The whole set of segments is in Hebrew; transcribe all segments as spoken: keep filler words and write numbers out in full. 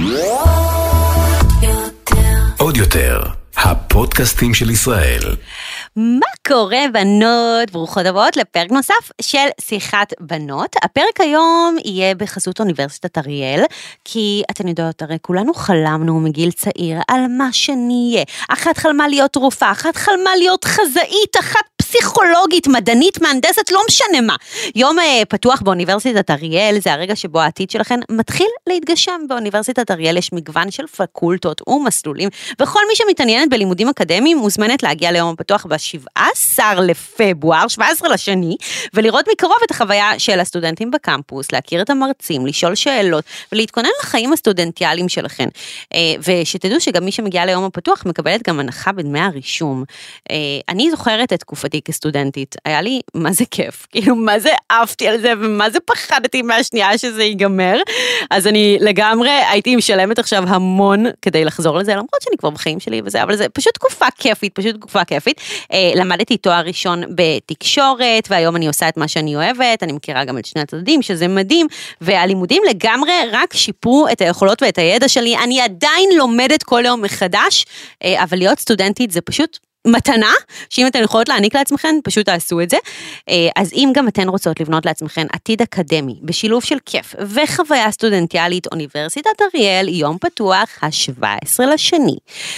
עוד יותר, הפודקאסטים של ישראל. מה קורה בנות? ברוכות הבאות לפרק נוסף של שיחת בנות. הפרק היום יהיה בחסות אוניברסיטת אריאל, כי אתן יודעות, הרי כולנו חלמנו מגיל צעיר על מה שנהיה. אחת חלמה להיות רופאה, אחת חלמה להיות חזאית, אחת פסיכולוגית, מדענית, מהנדסת, לא משנה מה. יום uh, פתוח באוניברסיטת אריאל, זה הרגע שבו העתיד שלכן מתחיל להתגשם. באוניברסיטת אריאל יש מגוון של פקולטות ומסלולים, וכל מי שמתעניינת בלימודים אקדמיים מוזמנת להגיע ליום הפתוח ב-שבעה עשר לפברואר, שבעה עשר לשני, ולראות מקרוב את החוויה של הסטודנטים בקמפוס, להכיר את המרצים, לשאול שאלות, ולהתכונן לחיים הסטודנטיאליים שלכן. Uh, ושתדעו שגם מי שמגיע ליום הפתוח מקבלת גם הנחה בדמי הרישום. Uh, אני זוכרת את תקופתי כסטודנטית, היה לי מה זה כיף, כאילו מה זה אהבתי על זה, ומה זה פחדתי מהשנייה שזה ייגמר, אז אני לגמרי הייתי משלמת עכשיו המון כדי לחזור לזה, למרות שאני כבר בחיים שלי וזה, אבל זה פשוט תקופה כיפית, פשוט תקופה כיפית. למדתי תואר ראשון בתקשורת, והיום אני עושה את מה שאני אוהבת, אני מכירה גם את שני הצדדים, שזה מדהים, והלימודים לגמרי רק שיפרו את היכולות ואת הידע שלי, אני עדיין לומדת כל יום מחדש, אבל להיות סטודנטית זה פשוט מתנה, שאם אתן יכולות להעניק לעצמכן, פשוט תעשו את זה. אז אם גם אתן רוצות לבנות לעצמכן עתיד אקדמי, בשילוב של כיף וחוויה סטודנטיאלית, אוניברסיטת אריאל, יום פתוח, ה-שבעה עשר לשני.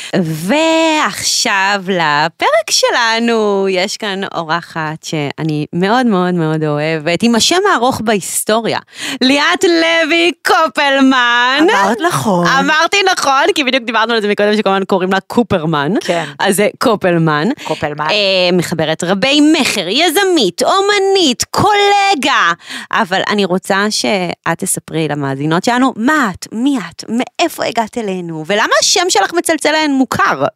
ועכשיו לפרק שלנו, יש כאן אורחת שאני מאוד מאוד מאוד אוהבת, עם השם הארוך בהיסטוריה, ליאת לוי קופלמן. אמרת נכון. אמרתי נכון, כי בדיוק דיברנו על זה מקודם, שכמובן קוראים לה קופרמן. כן. אז זה קופלמן. קופלמן. אה, מחברת רבי מחר, יזמית, אומנית, קולגה. אבל אני רוצה שאת תספרי למאזינות שלנו, מה את, מי את, מאיפה הגעת אלינו, ולמה השם שלך מצלצל להן מוכר?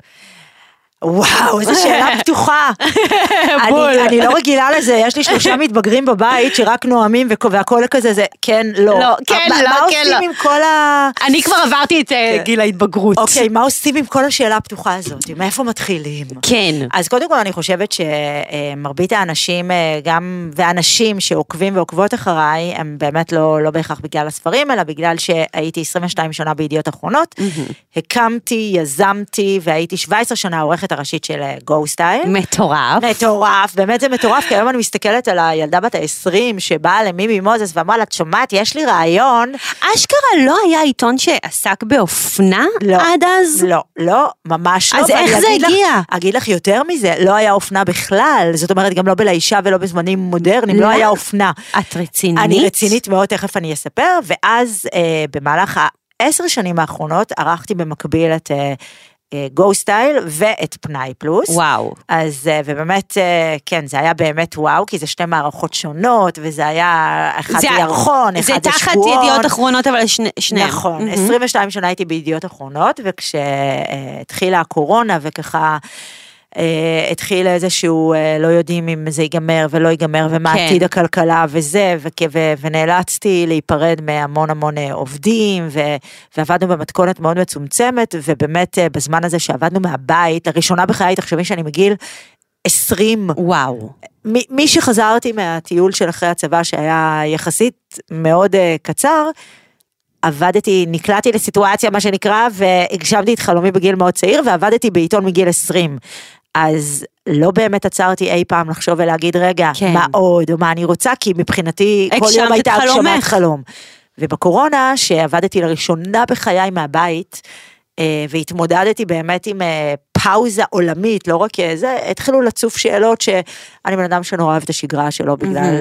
וואו, איזו שאלה פתוחה. אני, אני לא רגילה לזה, יש לי שלושה מתבגרים בבית שרק נועמים והכל כזה, זה כן, לא. לא, כן, מה, לא, מה כן, עושים לא. עם כל ה... אני כבר עברתי את כן. גיל ההתבגרות. אוקיי, מה עושים עם כל השאלה הפתוחה הזאת? מאיפה מתחילים? כן. אז קודם כל אני חושבת שמרבית האנשים, גם ואנשים שעוקבים ועוקבות אחריי, הם באמת לא, לא בהכרח בגלל הספרים, אלא בגלל שהייתי עשרים ושתיים שנה בידיעות אחרונות, הקמתי, יזמתי, והייתי שבע עשרה שנה עורכת הראשית של גו-סטייל. מטורף. מטורף, באמת זה מטורף, כי היום אני מסתכלת על הילדה בת ה-עשרים, שבאה למימי מוזס, ואמרה לה, את שומעת, יש לי רעיון. אשכרה לא היה עיתון שעסק באופנה לא, עד אז? לא, לא, ממש לא. אז איך זה הגיע? לך, אגיד לך יותר מזה, לא היה אופנה בכלל, זאת אומרת, גם לא בלאישה ולא בזמנים מודרניים, לא, לא היה אופנה. את רצינית? אני רצינית מאוד, תכף אני אספר, ואז אה, במהלך העשר שנים האחרונות, ערכתי במקביל את... אה, גו-סטייל ואת פנאי פלוס. וואו. אז, ובאמת, כן, זה היה באמת וואו, כי זה שתי מערכות שונות, וזה היה אחד ירחון, אחד זה תחת השבועון. ידיעות אחרונות, אבל שני, שניהם. נכון, עשרים ושתיים שנה הייתי בידיעות אחרונות, וכשהתחילה הקורונה, וככה, התחיל איזשהו, לא יודעים אם זה ייגמר ולא ייגמר, ומה כן. עתיד הכלכלה וזה, ו- ונאלצתי להיפרד מהמון המון עובדים, ו- ועבדנו במתכונת מאוד מצומצמת, ובאמת בזמן הזה שעבדנו מהבית, לראשונה בחיי, תחשבי שאני מגיל עשרים. וואו. מ- מי שחזרתי מהטיול של אחרי הצבא, שהיה יחסית מאוד uh, קצר, עבדתי, נקלעתי לסיטואציה, מה שנקרא, והגשמתי את חלומי בגיל מאוד צעיר, ועבדתי בעיתון מגיל עשרים. אז לא באמת עצרתי אי פעם לחשוב ולהגיד, רגע, כן. מה עוד, או מה אני רוצה, כי מבחינתי כל יום הייתה הגשמת חלום. ובקורונה, שעבדתי לראשונה בחיי מהבית, והתמודדתי באמת עם פאוזה עולמית, לא רק זה, התחילו לצוף שאלות שאני בן אדם שנורא אוהב את השגרה שלו, בגלל...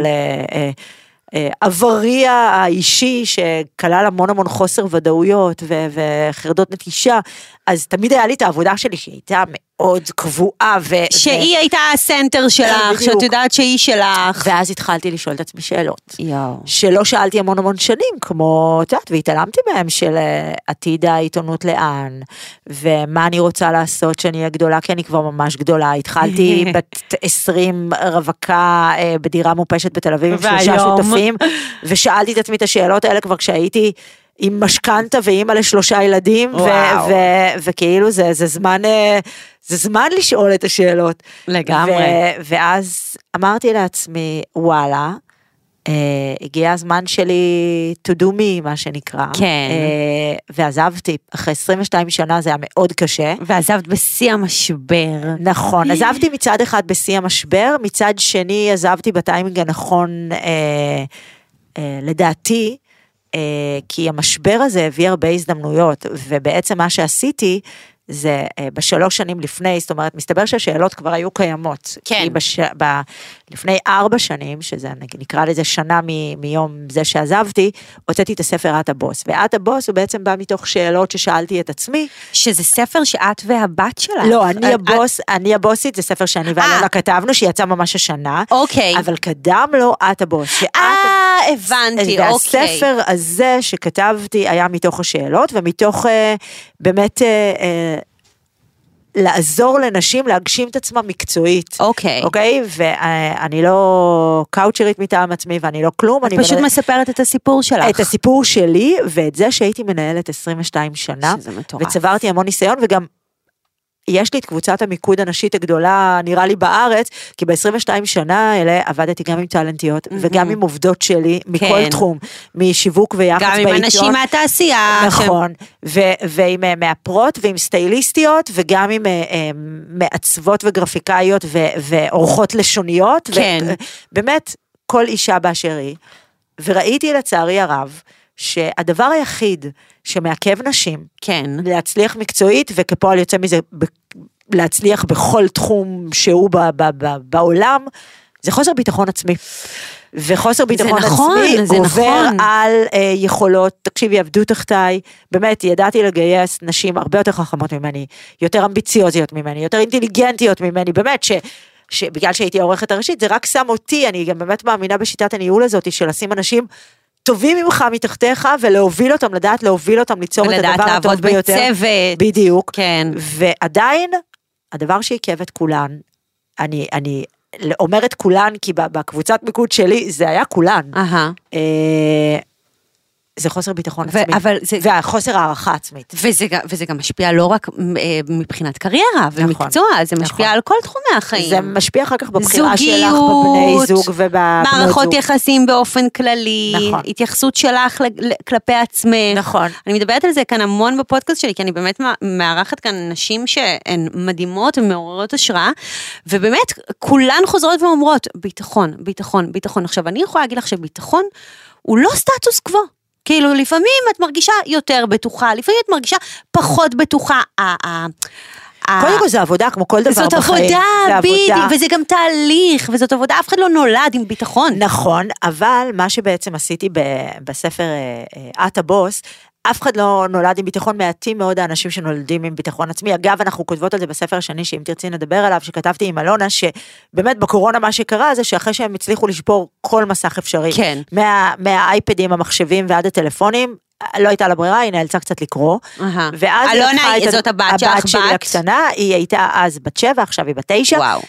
עברי האישי שכלל המון המון חוסר ודאויות וחרדות נטישה, אז תמיד היה לי את העבודה שלי שהיא הייתה מאוד קבועה. שהיא הייתה הסנטר שלך, שאת יודעת שהיא שלך. ואז התחלתי לשאול את עצמי שאלות. יאו. שלא שאלתי המון המון שנים, כמו, את יודעת, והתעלמתי מהם של עתיד העיתונות לאן, ומה אני רוצה לעשות שאני אהיה גדולה, כי אני כבר ממש גדולה. התחלתי בת עשרים רווקה בדירה מופשת בתל אביב עם שלושה שותפים, ושאלתי את עצמי את השאלות האלה כבר כשהייתי עם משכנתה ואימא לשלושה ילדים, וכאילו זה זמן, זה זמן לשאול את השאלות. לגמרי. ואז אמרתי לעצמי, וואלה, הגיע הזמן שלי to do me, מה שנקרא. כן. ועזבתי, אחרי עשרים ושתיים שנה זה היה מאוד קשה. ועזבת בשיא המשבר. נכון, עזבתי מצד אחד בשיא המשבר, מצד שני עזבתי בטיימינג הנכון, לדעתי, כי המשבר הזה הביא הרבה הזדמנויות, ובעצם מה שעשיתי, זה בשלוש שנים לפני, זאת אומרת, מסתבר שהשאלות כבר היו קיימות. כן. כי בש... ב... לפני ארבע שנים, שזה נקרא לזה שנה מ... מיום זה שעזבתי, הוצאתי את הספר את הבוס. ואת הבוס הוא בעצם בא מתוך שאלות ששאלתי את עצמי. שזה ספר שאת והבת שלך. לא, אני הבוס, אני הבוסית, זה ספר שאני ואלונה כתבנו, שיצא ממש השנה. אוקיי. אבל קדם לו את הבוס. אה, הבנתי, אוקיי. והספר הזה שכתבתי היה מתוך השאלות, ומתוך באמת לעזור לנשים להגשים את עצמם מקצועית. אוקיי. אוקיי? ואני לא קאוצ'רית מטעם עצמי, ואני לא כלום. את פשוט מספרת את הסיפור שלך. את הסיפור שלי, ואת זה שהייתי מנהלת עשרים ושתיים שנה. שזה מטורף. וצברתי המון ניסיון, וגם יש לי את קבוצת המיקוד הנשית הגדולה, נראה לי בארץ, כי ב-עשרים ושתיים שנה האלה עבדתי גם עם טלנטיות, וגם עם עובדות שלי, מכל תחום, משיווק ויחס בעיתון. גם עם אנשים מהתעשייה. נכון, ועם מאפרות ועם סטייליסטיות, וגם עם מעצבות וגרפיקאיות ועורכות לשוניות, באמת כל אישה באשר היא, וראיתי לצערי הרב, שהדבר היחיד שמעכב נשים, כן. להצליח מקצועית, וכפועל יוצא מזה, להצליח בכל תחום שהוא ב- ב- ב- בעולם, זה חוסר ביטחון עצמי. וחוסר ביטחון נכון, עצמי זה גובר נכון. על אה, יכולות, תקשיבי, עבדו תחתיי, באמת ידעתי לגייס נשים הרבה יותר חכמות ממני, יותר אמביציוזיות ממני, יותר אינטליגנטיות ממני, באמת ש... שבגלל שהייתי העורכת הראשית, זה רק שם אותי, אני גם באמת מאמינה בשיטת הניהול הזאת, של לשים אנשים טובים ממך מתחתיך, ולהוביל אותם, לדעת להוביל אותם, ליצור את הדבר הטוב ביותר. ולדעת לעבוד בצוות. בדיוק. כן. ועדיין, הדבר שעיכב את כולן, אני, אני אומרת כולן, כי בקבוצת מיקוד שלי, זה היה כולן. אהה. זה חוסר ביטחון ו- עצמי, אבל זה- והחוסר הערכה עצמית. וזה, גם- וזה גם משפיע לא רק אה, מבחינת קריירה ומקצוע, זה משפיע נכון. על כל תחומי החיים. זה משפיע אחר כך בבחירה שלך, זוגיות, בבני זוג ובבנות זוג. מערכות יחסים באופן כללי, נכון. התייחסות שלך ל- ל- כלפי עצמך. נכון. אני מדברת על זה כאן המון בפודקאסט שלי, כי אני באמת מארחת כאן נשים שהן מדהימות ומעוררות השראה, ובאמת כולן חוזרות ואומרות, ביטחון, ביטחון, ביטחון. עכשיו אני יכולה להגיד לך שביטחון הוא לא סטטוס קוו. כאילו לפעמים את מרגישה יותר בטוחה, לפעמים את מרגישה פחות בטוחה. קודם כל זה עבודה כמו כל דבר בחיים. זאת עבודה, בדיוק, וזה גם תהליך, וזאת עבודה, אף אחד לא נולד עם ביטחון. נכון, אבל מה שבעצם עשיתי בספר את הבוס, אף אחד לא נולד עם ביטחון, מעטים מאוד האנשים שנולדים עם ביטחון עצמי. אגב, אנחנו כותבות על זה בספר השני, שאם תרצי נדבר עליו, שכתבתי עם אלונה, שבאמת בקורונה מה שקרה, זה שאחרי שהם הצליחו לשבור כל מסך אפשרי, כן. מה, מהאייפדים, המחשבים ועד הטלפונים, לא הייתה לה ברירה, היא נאלצה קצת לקרוא. ואז אלונה, זאת הבת שלך, הבת שלי הקטנה, היא הייתה אז בת שבע, עכשיו היא בת תשע. וואו.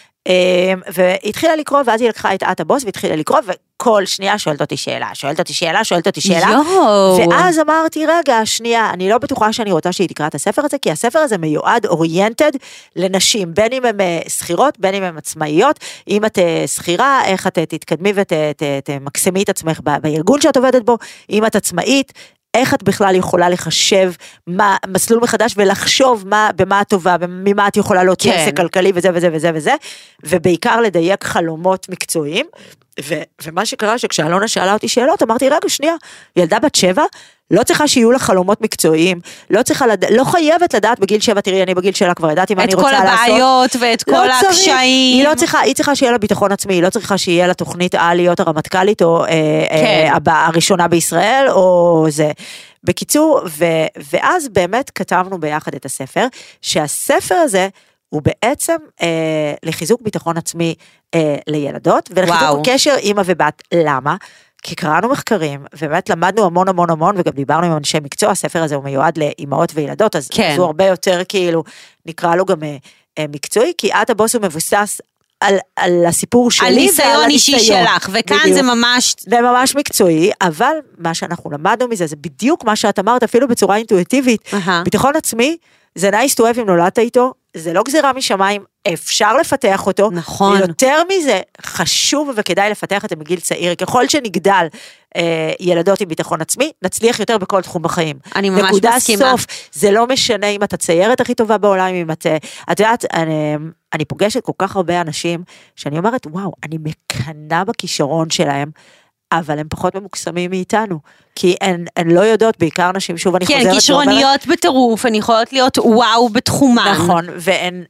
והתחילה לקרוא, ואז היא לקחה את את הבוס, והתחילה לקרוא, וכל שנייה שואלת אותי שאלה, שואלת אותי שאלה, שואלת אותי שאלה. ואז אמרתי, רגע, שנייה, אני לא בטוחה שאני רוצה שהיא תקרא את הספר הזה, כי הספר הזה מיועד אוריינטד לנשים, בין אם הן שכירות, בין אם הן עצמאיות, אם את שכירה, איך את תתקדמי ותמקסמי את עצמך בארגון שאת עובדת בו, אם את עצמאית, איך את בכלל יכולה לחשב מה, מסלול מחדש ולחשוב מה, במה הטובה, ממה את יכולה להוציא עסק כלכלי וזה וזה וזה וזה, ובעיקר לדייק חלומות מקצועיים, ו, ומה שקרה שכשאלונה שאלה אותי שאלות, אמרתי רגע שנייה, ילדה בת שבע, לא צריכה שיהיו לה חלומות מקצועיים, לא צריכה, לד... לא חייבת לדעת בגיל שבע, תראי, אני בגיל שלה כבר ידעתי מה אני רוצה לעשות. את כל הבעיות ואת כל לא הקשיים. היא לא צריכה, היא צריכה שיהיה לה ביטחון עצמי, היא לא צריכה שיהיה לה תוכנית על להיות הרמטכ"לית, או כן. אה, הראשונה בישראל, או זה. בקיצור, ו... ואז באמת כתבנו ביחד את הספר, שהספר הזה, הוא בעצם אה, לחיזוק ביטחון עצמי אה, לילדות, ולחיזוק וואו. קשר אמא ובת. למה? כי קראנו מחקרים, ובאמת למדנו המון המון המון, וגם דיברנו עם אנשי מקצוע, הספר הזה הוא מיועד לאמהות וילדות, אז כן. הוא הרבה יותר כאילו, נקרא לו גם אה, מקצועי, כי את הבוס הוא מבוסס על, על הסיפור שלי, על ניסיון אישי שלך, וכאן בדיוק. זה ממש... זה ממש מקצועי, אבל מה שאנחנו למדנו מזה, זה בדיוק מה שאת אמרת, אפילו בצורה אינטואיטיבית, uh-huh. ביטחון עצמי, זה nice to have אם נולדת איתו, זה לא גזירה משמיים, אפשר לפתח אותו. נכון. יותר מזה, חשוב וכדאי לפתח את זה מגיל צעיר, ככל שנגדל אה, ילדות עם ביטחון עצמי, נצליח יותר בכל תחום בחיים. אני ממש נקודה מסכימה. סוף, זה לא משנה אם אתה ציירת הכי טובה בעולם, אם את, את יודעת, אני, אני פוגשת כל כך הרבה אנשים, שאני אומרת, וואו, אני מקנה בכישרון שלהם, אבל הם פחות ממוקסמים מאיתנו, כי הן, הן לא יודעות, בעיקר נשים, שוב אני כן, חוזרת ואומרת, כישרוניות בטירוף, הן יכולות להיות וואו בתחומן. נכון, והן,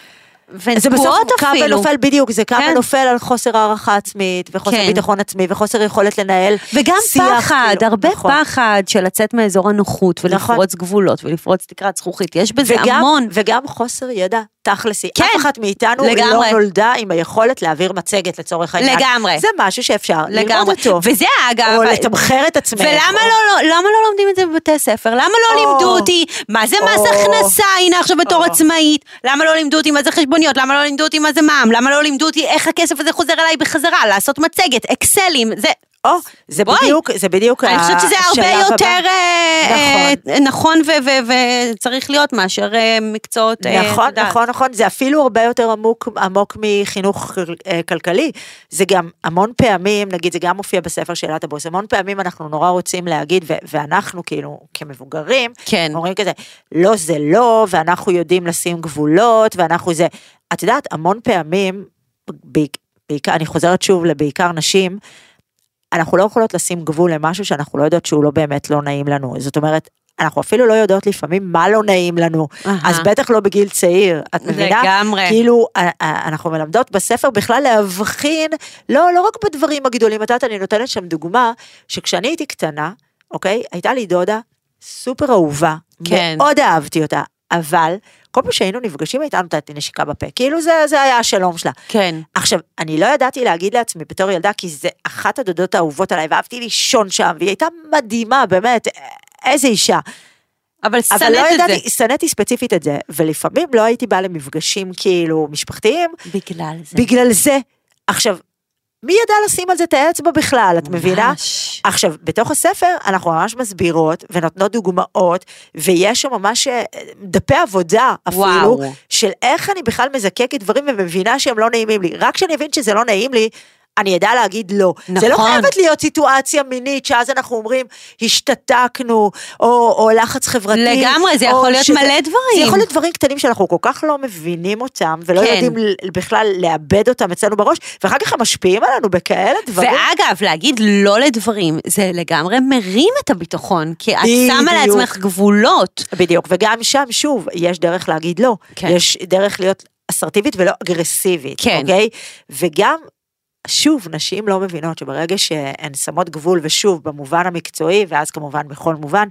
והן זה בסוף תקועות קם אפילו. ונופל בדיוק, זה קם כן. ונופל על חוסר הערכה עצמית, וחוסר כן. ביטחון עצמי, וחוסר יכולת לנהל וגם שיח, פחד, כאילו, הרבה נכון. פחד של לצאת מאזור הנוחות, ולפרוץ גבולות, ולפרוץ תקרת זכוכית, יש בזה וגם, המון. וגם חוסר ידע תכלסי, כן, אף אחת מאיתנו לגמרי. לא נולדה עם היכולת להעביר מצגת לצורך העניין. לגמרי. זה משהו שאפשר ללמוד לגמרי. אותו. וזה אגב, או לתמחר את עצמך. ולמה או... לא, לא, למה לא לומדים את זה בבתי ספר? למה לא או... לימדו אותי? מה זה מס או... הכנסה? הנה עכשיו בתור או... עצמאית. למה לא לימדו אותי מה זה חשבוניות? למה לא לימדו אותי מה זה מע"מ? למה לא לימדו אותי איך הכסף הזה חוזר אליי בחזרה? לעשות מצגת, אקסלים, זה... או, זה בואי. בדיוק, זה בדיוק אני חושבת שזה הרבה השלב יותר הבא. אה, נכון. אה, נכון ו- ו- וצריך להיות מאשר אה, מקצועות, אה, נכון, את יודעת. נכון, נכון, זה אפילו הרבה יותר עמוק, עמוק מחינוך אה, כלכלי, זה גם המון פעמים, נגיד זה גם מופיע בספר שאלת הבוס, המון פעמים אנחנו נורא רוצים להגיד, ו- ואנחנו כאילו כמבוגרים, כן. אומרים כזה, לא זה לא, ואנחנו יודעים לשים גבולות, ואנחנו זה, את יודעת, המון פעמים, בעיקר, בעיקר, אני חוזרת שוב לבעיקר נשים, אנחנו לא יכולות לשים גבול למשהו שאנחנו לא יודעות שהוא לא באמת לא נעים לנו, זאת אומרת, אנחנו אפילו לא יודעות לפעמים מה לא נעים לנו, אז בטח לא בגיל צעיר, את מבינה? לגמרי. כאילו, אנחנו מלמדות בספר בכלל להבחין, לא, לא רק בדברים הגדולים, את יודעת, אני נותנת שם דוגמה, שכשאני הייתי קטנה, אוקיי, הייתה לי דודה סופר אהובה, כן. מאוד אהבתי אותה, אבל כל פעם שהיינו נפגשים הייתה נותנת לי נשיקה בפה, כאילו זה, זה היה השלום שלה. כן. עכשיו, אני לא ידעתי להגיד לעצמי בתור ילדה, כי זה אחת הדודות האהובות עליי, ואהבתי לישון שם, והיא הייתה מדהימה, באמת, איזה אישה. אבל שנאת אבל לא את ידעתי, זה. שנאתי ספציפית את זה, ולפעמים לא הייתי באה למפגשים כאילו משפחתיים, בגלל זה. בגלל זה. עכשיו, מי ידע לשים על זה את האצבע בכלל, את מבינה? עכשיו, בתוך הספר אנחנו ממש מסבירות ונותנות דוגמאות, ויש שם ממש דפי עבודה אפילו, וואו. של איך אני בכלל מזקקת דברים ומבינה שהם לא נעימים לי. רק כשאני אבין שזה לא נעים לי, אני ידע להגיד לא. נכון. זה לא חייבת להיות סיטואציה מינית, שאז אנחנו אומרים, השתתקנו, או, או לחץ חברתי. לגמרי, זה יכול להיות שזה, מלא דברים. זה יכול להיות דברים קטנים שאנחנו כל כך לא מבינים אותם, ולא כן. יודעים בכלל לאבד אותם אצלנו בראש, ואחר כך הם משפיעים עלינו בכאלה דברים. ואגב, להגיד לא לדברים, זה לגמרי מרים את הביטחון, כי את בדיוק. שמה לעצמך גבולות. בדיוק, וגם שם, שוב, יש דרך להגיד לא. כן. יש דרך להיות אסרטיבית ולא אגרסיבית, כן. אוקיי? וגם, שוב, נשים לא מבינות שברגע שהן שמות גבול, ושוב, במובן המקצועי, ואז כמובן בכל מובן,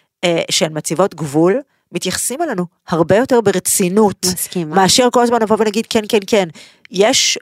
שהן מציבות גבול, מתייחסים עלינו הרבה יותר ברצינות. מסכימה. מאשר כל הזמן נבוא ונגיד כן, כן, כן. יש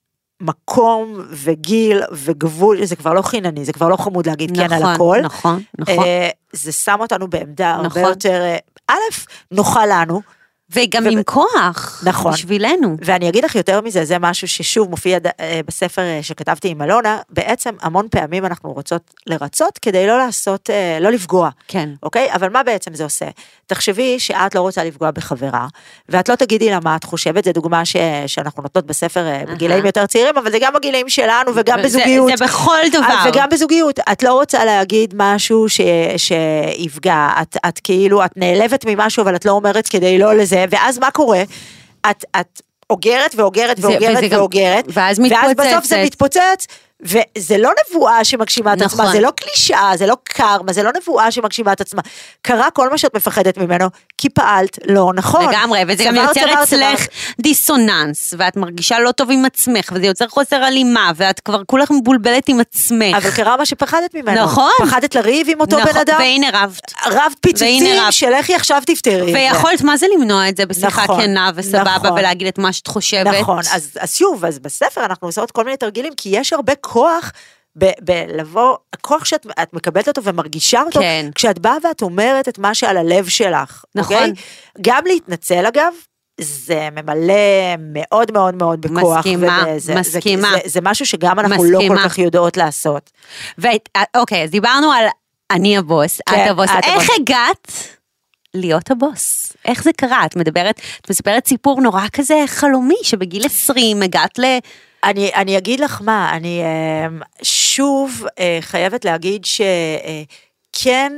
מקום וגיל וגבול, זה כבר לא חינני, זה כבר לא חמוד להגיד נכון, כן על הכל. נכון, נכון. זה שם אותנו בעמדה הרבה נכון. יותר, א', נוחה לנו. וגם ו- עם כוח, נכון. בשבילנו. ואני אגיד לך יותר מזה, זה משהו ששוב מופיע בספר שכתבתי עם אלונה, בעצם המון פעמים אנחנו רוצות לרצות, כדי לא לעשות, לא לפגוע. כן. אוקיי? אבל מה בעצם זה עושה? תחשבי שאת לא רוצה לפגוע בחברה, ואת לא תגידי לה מה את חושבת, זה דוגמה ש, שאנחנו נותנות בספר בגילאים יותר צעירים, אבל זה גם בגילאים שלנו, וגם בזוגיות. זה, זה בכל דבר. וגם בזוגיות, את לא רוצה להגיד משהו ש, שיפגע, את, את כאילו, את נעלבת ממשהו, אבל את לא אומרת כדי לא לזה, ואז מה קורה? את, את אוגרת ואוגרת ואוגרת ואוגרת, ואז ואז בסוף זה מתפוצץ, וזה לא נבואה שמגשימה את עצמה, זה לא קלישאה, זה לא קרמה, זה לא נבואה שמגשימה את עצמה, קרה כל מה שאת מפחדת ממנו, כי פעלת לא נכון. לגמרי, וזה גם יוצר אצלך דיסוננס, ואת מרגישה לא טוב עם עצמך, וזה יוצר חוסר הלימה, ואת כבר כולך מבולבלת עם עצמך. אבל קרה מה שפחדת ממנו. נכון. פחדת לריב עם אותו בן אדם. והנה רבת. רבת פיצוצים, שלכי עכשיו תפתרי. ויכולת, מה זה למנוע את זה בשיחה כנה וסבבה, ולהגיד את מה שאת חושבת. נכון, אז שוב, אז בספר אנחנו עושות כל מיני תרגילים, כי יש הרבה כוח בלבוא, הכוח שאת את מקבלת אותו ומרגישה אותו, כן. כשאת באה ואת אומרת את מה שעל הלב שלך, נכון. אוקיי? גם להתנצל אגב, זה ממלא מאוד מאוד מאוד בכוח. מסכימה, וזה, מסכימה. זה, זה, זה משהו שגם אנחנו מסכימה. לא כל כך יודעות לעשות. ואוקיי, אז דיברנו על אני הבוס, כן, את הבוס. את איך הבוס. הגעת להיות הבוס? איך זה קרה? את מדברת, את מספרת סיפור נורא כזה חלומי, שבגיל עשרים הגעת ל... אני, אני אגיד לך מה, אני שוב חייבת להגיד שכן,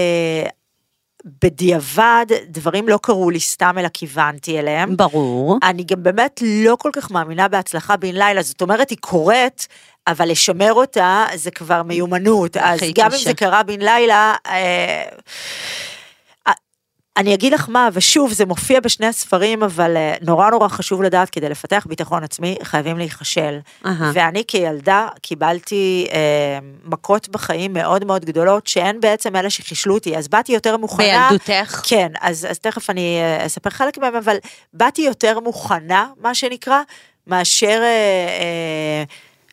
בדיעבד דברים לא קרו לי סתם, אלא כיוונתי אליהם. ברור. אני גם באמת לא כל כך מאמינה בהצלחה בן לילה, זאת אומרת היא קורית, אבל לשמר אותה זה כבר מיומנות, אז גם אם זה קרה בן לילה, אה, אני אגיד לך מה, ושוב, זה מופיע בשני הספרים, אבל נורא נורא חשוב לדעת, כדי לפתח ביטחון עצמי, חייבים להיחשל. Uh-huh. ואני כילדה קיבלתי אה, מכות בחיים מאוד מאוד גדולות, שהן בעצם אלה שחישלו אותי, אז באתי יותר מוכנה. בילדותך? כן, אז, אז תכף אני אספר חלק מהם, אבל באתי יותר מוכנה, מה שנקרא, מאשר... אה, אה,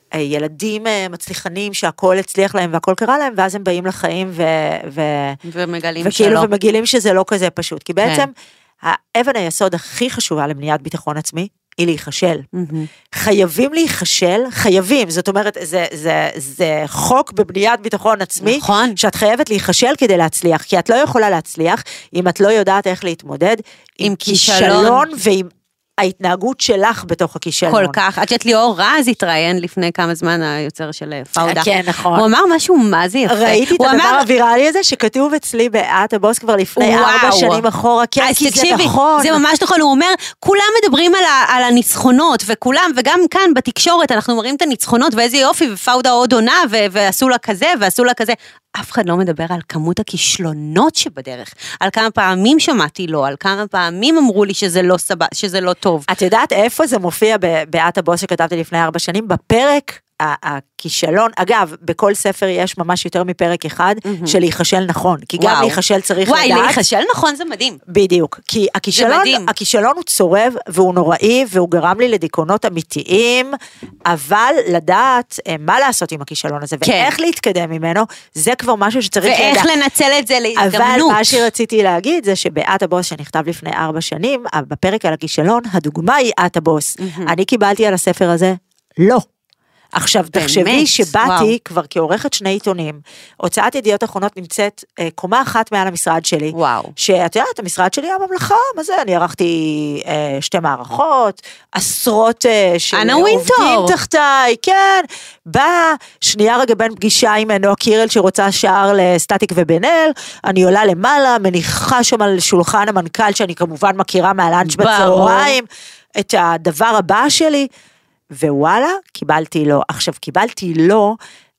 ילדים מצליחנים שהכל הצליח להם והכל קרה להם, ואז הם באים לחיים ו... ו... ומגלים וכאילו שלא. ומגילים שזה לא כזה פשוט, כי בעצם כן. האבן היסוד הכי חשובה למניעת ביטחון עצמי, היא להיחשל. Mm-hmm. חייבים להיחשל, חייבים, זאת אומרת, זה, זה, זה חוק בבניית ביטחון עצמי, נכון. שאת חייבת להיחשל כדי להצליח, כי את לא יכולה להצליח, אם את לא יודעת איך להתמודד, עם, עם כישלון ועם ההתנהגות שלך בתוך הכישלון. כל כך, עד שאת ליאור רז התראיין לפני כמה זמן היוצר של פאודה. כן, נכון. הוא אמר משהו מה זה יפה. ראיתי את הדבר הוויראלי הזה שכתוב אצלי באת הבוס כבר לפני ארבע שנים אחורה, כן, כי זה נכון. זה ממש נכון, הוא אומר, כולם מדברים על הניצחונות, וכולם, וגם כאן בתקשורת, אנחנו מראים את הניצחונות, ואיזה יופי, ופאודה עוד עונה, ועשו לה כזה, ועשו לה כזה. אף אחד לא מדבר על כמות הכישלונות שבדרך, על כמה פעמים שמעתי לו, על כמה פעמים אמרו לי שזה לא סבבה, שזה לא טוב. את יודעת איפה זה מופיע באת הבוס שכתבתי לפני ארבע שנים? בפרק הכישלון, אגב, בכל ספר יש ממש יותר מפרק אחד, של להיחשל נכון, כי גם להיחשל צריך לדעת. וואי, להיחשל נכון זה מדהים. בדיוק, כי הכישלון הוא צורב, והוא נוראי, והוא גרם לי לדיכאונות אמיתיים, אבל לדעת מה לעשות עם הכישלון הזה, ואיך להתקדם ממנו, זה כבר משהו שצריך לדעת. ואיך לנצל את זה להזדמנות. אבל מה שרציתי להגיד, זה שבאת הבוס שנכתב לפני ארבע שנים, בפרק על הכישלון, הדוגמה היא את הבוס. אני קיבלתי על הספר הזה, לא. עכשיו, תחשבי שבאתי כבר כעורכת שני עיתונים, הוצאת ידיעות אחרונות נמצאת אה, קומה אחת מעל המשרד שלי, וואו. שאת יודעת, המשרד שלי היה ממלכה, מה זה? אני ערכתי אה, שתי מערכות, עשרות אה, של עובדים תחתיי, כן, באה, שנייה רגע בין פגישה עם נועה קירל שרוצה שער לסטטיק ובן אל, אני עולה למעלה, מניחה שם על שולחן המנכ"ל, שאני כמובן מכירה מהלאנץ' בצהריים, את הדבר הבא שלי, ווואלה, קיבלתי לו. עכשיו, קיבלתי לו,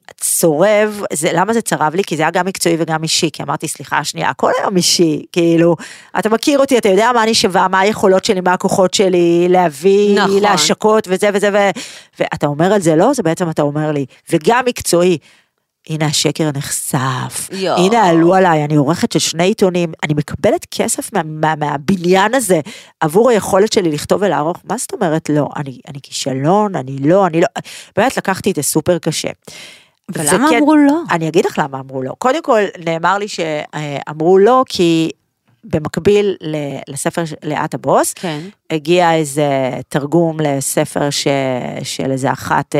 צורב, זה, למה זה צרב לי? כי זה היה גם מקצועי וגם אישי, כי אמרתי, סליחה, שנייה, הכל היום אישי, כאילו, אתה מכיר אותי, אתה יודע מה אני שווה, מה היכולות שלי, מה הכוחות שלי, להביא, נכון. להשקות, וזה וזה, ו... ואתה אומר על זה לא, זה בעצם אתה אומר לי, וגם מקצועי, הנה השקר נחשף, יו. הנה עלו עליי, אני עורכת של שני עיתונים, אני מקבלת כסף מה, מה, מהבניין הזה, עבור היכולת שלי לכתוב ולערוך, מה זאת אומרת לא, אני, אני כישלון, אני לא, אני לא, באמת לקחתי את זה סופר קשה. ולמה וכן, אמרו לא? אני אגיד לך למה אמרו לא, קודם כל נאמר לי שאמרו לא, כי במקביל לספר לאת הבוס, כן. הגיע איזה תרגום לספר ש, של איזה אחת,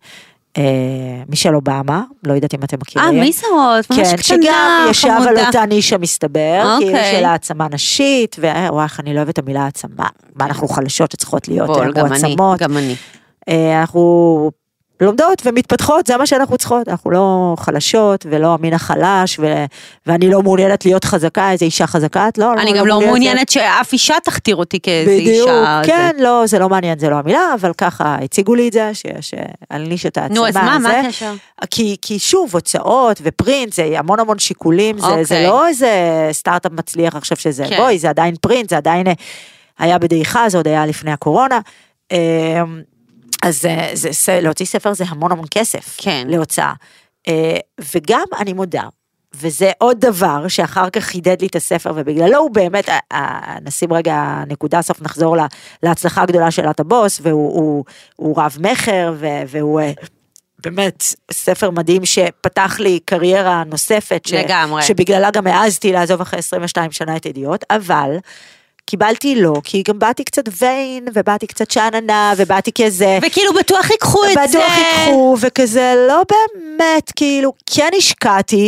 מישל אובמה, לא יודעת אם אתם מכירים. אה, מי זאת? ממש קטנה, שגם ישב על אותה נישה מסתבר, כאילו של העצמה נשית, ווואי, אני לא אוהבת את המילה העצמה, מה אנחנו חלשות שצריכות להיות, גם אני, גם אני. אנחנו לומדות ומתפתחות, זה מה שאנחנו צריכות, אנחנו לא חלשות ולא המין החלש, ו... ואני לא מעוניינת להיות חזקה, איזו אישה חזקה, את לא. אני לא גם לא מעוניינת שאף אישה תכתיר אותי כאיזו בדיוק, אישה. בדיוק, כן, זה... לא, זה לא מעניין, זה לא המילה, אבל ככה, הציגו לי את זה, שעל נישת העצמה. נו, אז מה, מה הקשר? כי, כי שוב, הוצאות ופרינט, זה המון המון שיקולים, זה, okay. זה לא איזה סטארט-אפ מצליח עכשיו שזה, okay. בואי, זה עדיין פרינט, זה עדיין היה בדעיכה, זה עוד היה לפני הקורונה, אז זה, זה, להוציא ספר זה המון המון כסף, כן. להוצאה, וגם אני מודה, וזה עוד דבר שאחר כך חידד לי את הספר, ובגללו הוא באמת, נשים רגע נקודה סוף, נחזור לה, להצלחה הגדולה של את הבוס, והוא הוא, הוא רב מחר, והוא באמת ספר מדהים שפתח לי קריירה נוספת, ש, שבגללה גם העזתי לעזוב אחרי עשרים ושתיים שנה את ידיעות, אבל קיבלתי לא, כי גם באתי קצת ויין, ובאתי קצת שעננה, ובאתי כזה. וכאילו בטוח ייקחו את זה. בטוח ייקחו, וכזה לא באמת, כאילו, כן השקעתי,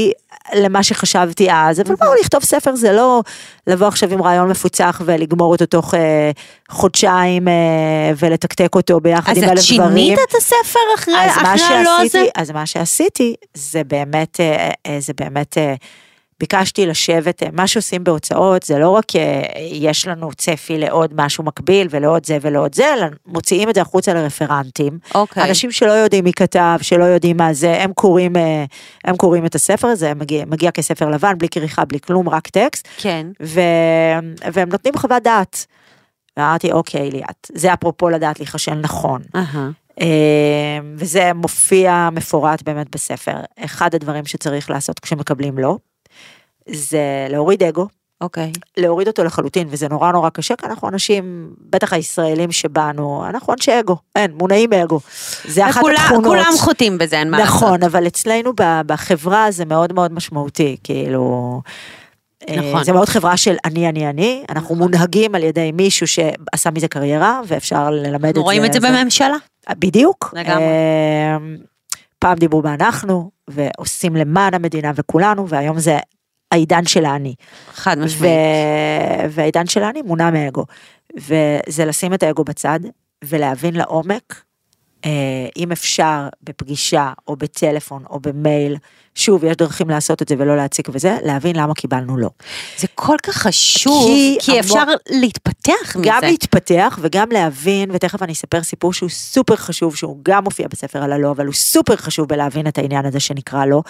למה שחשבתי אז, אבל בואו לכתוב ספר זה לא לבוא עכשיו עם רעיון מפוצח ולגמור אותו תוך אה, חודשיים אה, ולתקתק אותו ביחד עם אלף דברים. אז את שינית את הספר אחרי, אחרי הלא הזה? אז מה שעשיתי זה באמת, אה, אה, זה באמת, אה, ביקשתי לשבת, מה שעושים בהוצאות, זה לא רק יש לנו צפי לעוד משהו מקביל, ולעוד זה ולעוד זה, אלא מוציאים את זה החוצה לרפרנטים. אוקיי. אנשים שלא יודעים מי כתב, שלא יודעים מה זה, הם קוראים, הם קוראים את הספר הזה, מגיע, מגיע כספר לבן, בלי כריכה, בלי כלום, רק טקסט. כן. ו, והם נותנים חוות דעת. ואמרתי, אוקיי, ליאת, זה אפרופו לדעת להיחשן נכון. Uh-huh. וזה מופיע מפורט באמת בספר. אחד הדברים שצריך לעשות כשמקבלים לא, זה להוריד אגו, אוקיי. להוריד אותו לחלוטין, וזה נורא נורא קשה, כי אנחנו אנשים, בטח הישראלים שבאנו, אנחנו אנשי אגו, אין, מונעים אגו, זה אחת התכונות. כולם חוטאים בזה, אין מה לעשות. נכון, אבל אצלנו בחברה זה מאוד מאוד משמעותי, כאילו, נכון. זה מאוד חברה של אני, אני, אני, אנחנו מונהגים על ידי מישהו שעשה מזה קריירה, ואפשר ללמד את זה. רואים את זה בממשלה. בדיוק. לגמרי. פעם דיברו באנחנו, ועושים למען המדינה וכולנו, והיום זה העידן של האני. חד משמעית. והעידן של האני מונע מאגו. וזה לשים את האגו בצד, ולהבין לעומק, אם אפשר בפגישה, או בטלפון, או במייל, שוב, יש דרכים לעשות את זה ולא להציק וזה, להבין למה קיבלנו לא. זה כל כך חשוב, כי, כי אפשר המון, להתפתח מזה. גם להתפתח וגם להבין, ותכף אני אספר סיפור שהוא סופר חשוב, שהוא גם מופיע בספר על הלא, אבל הוא סופר חשוב בלהבין את העניין הזה שנקרא לא.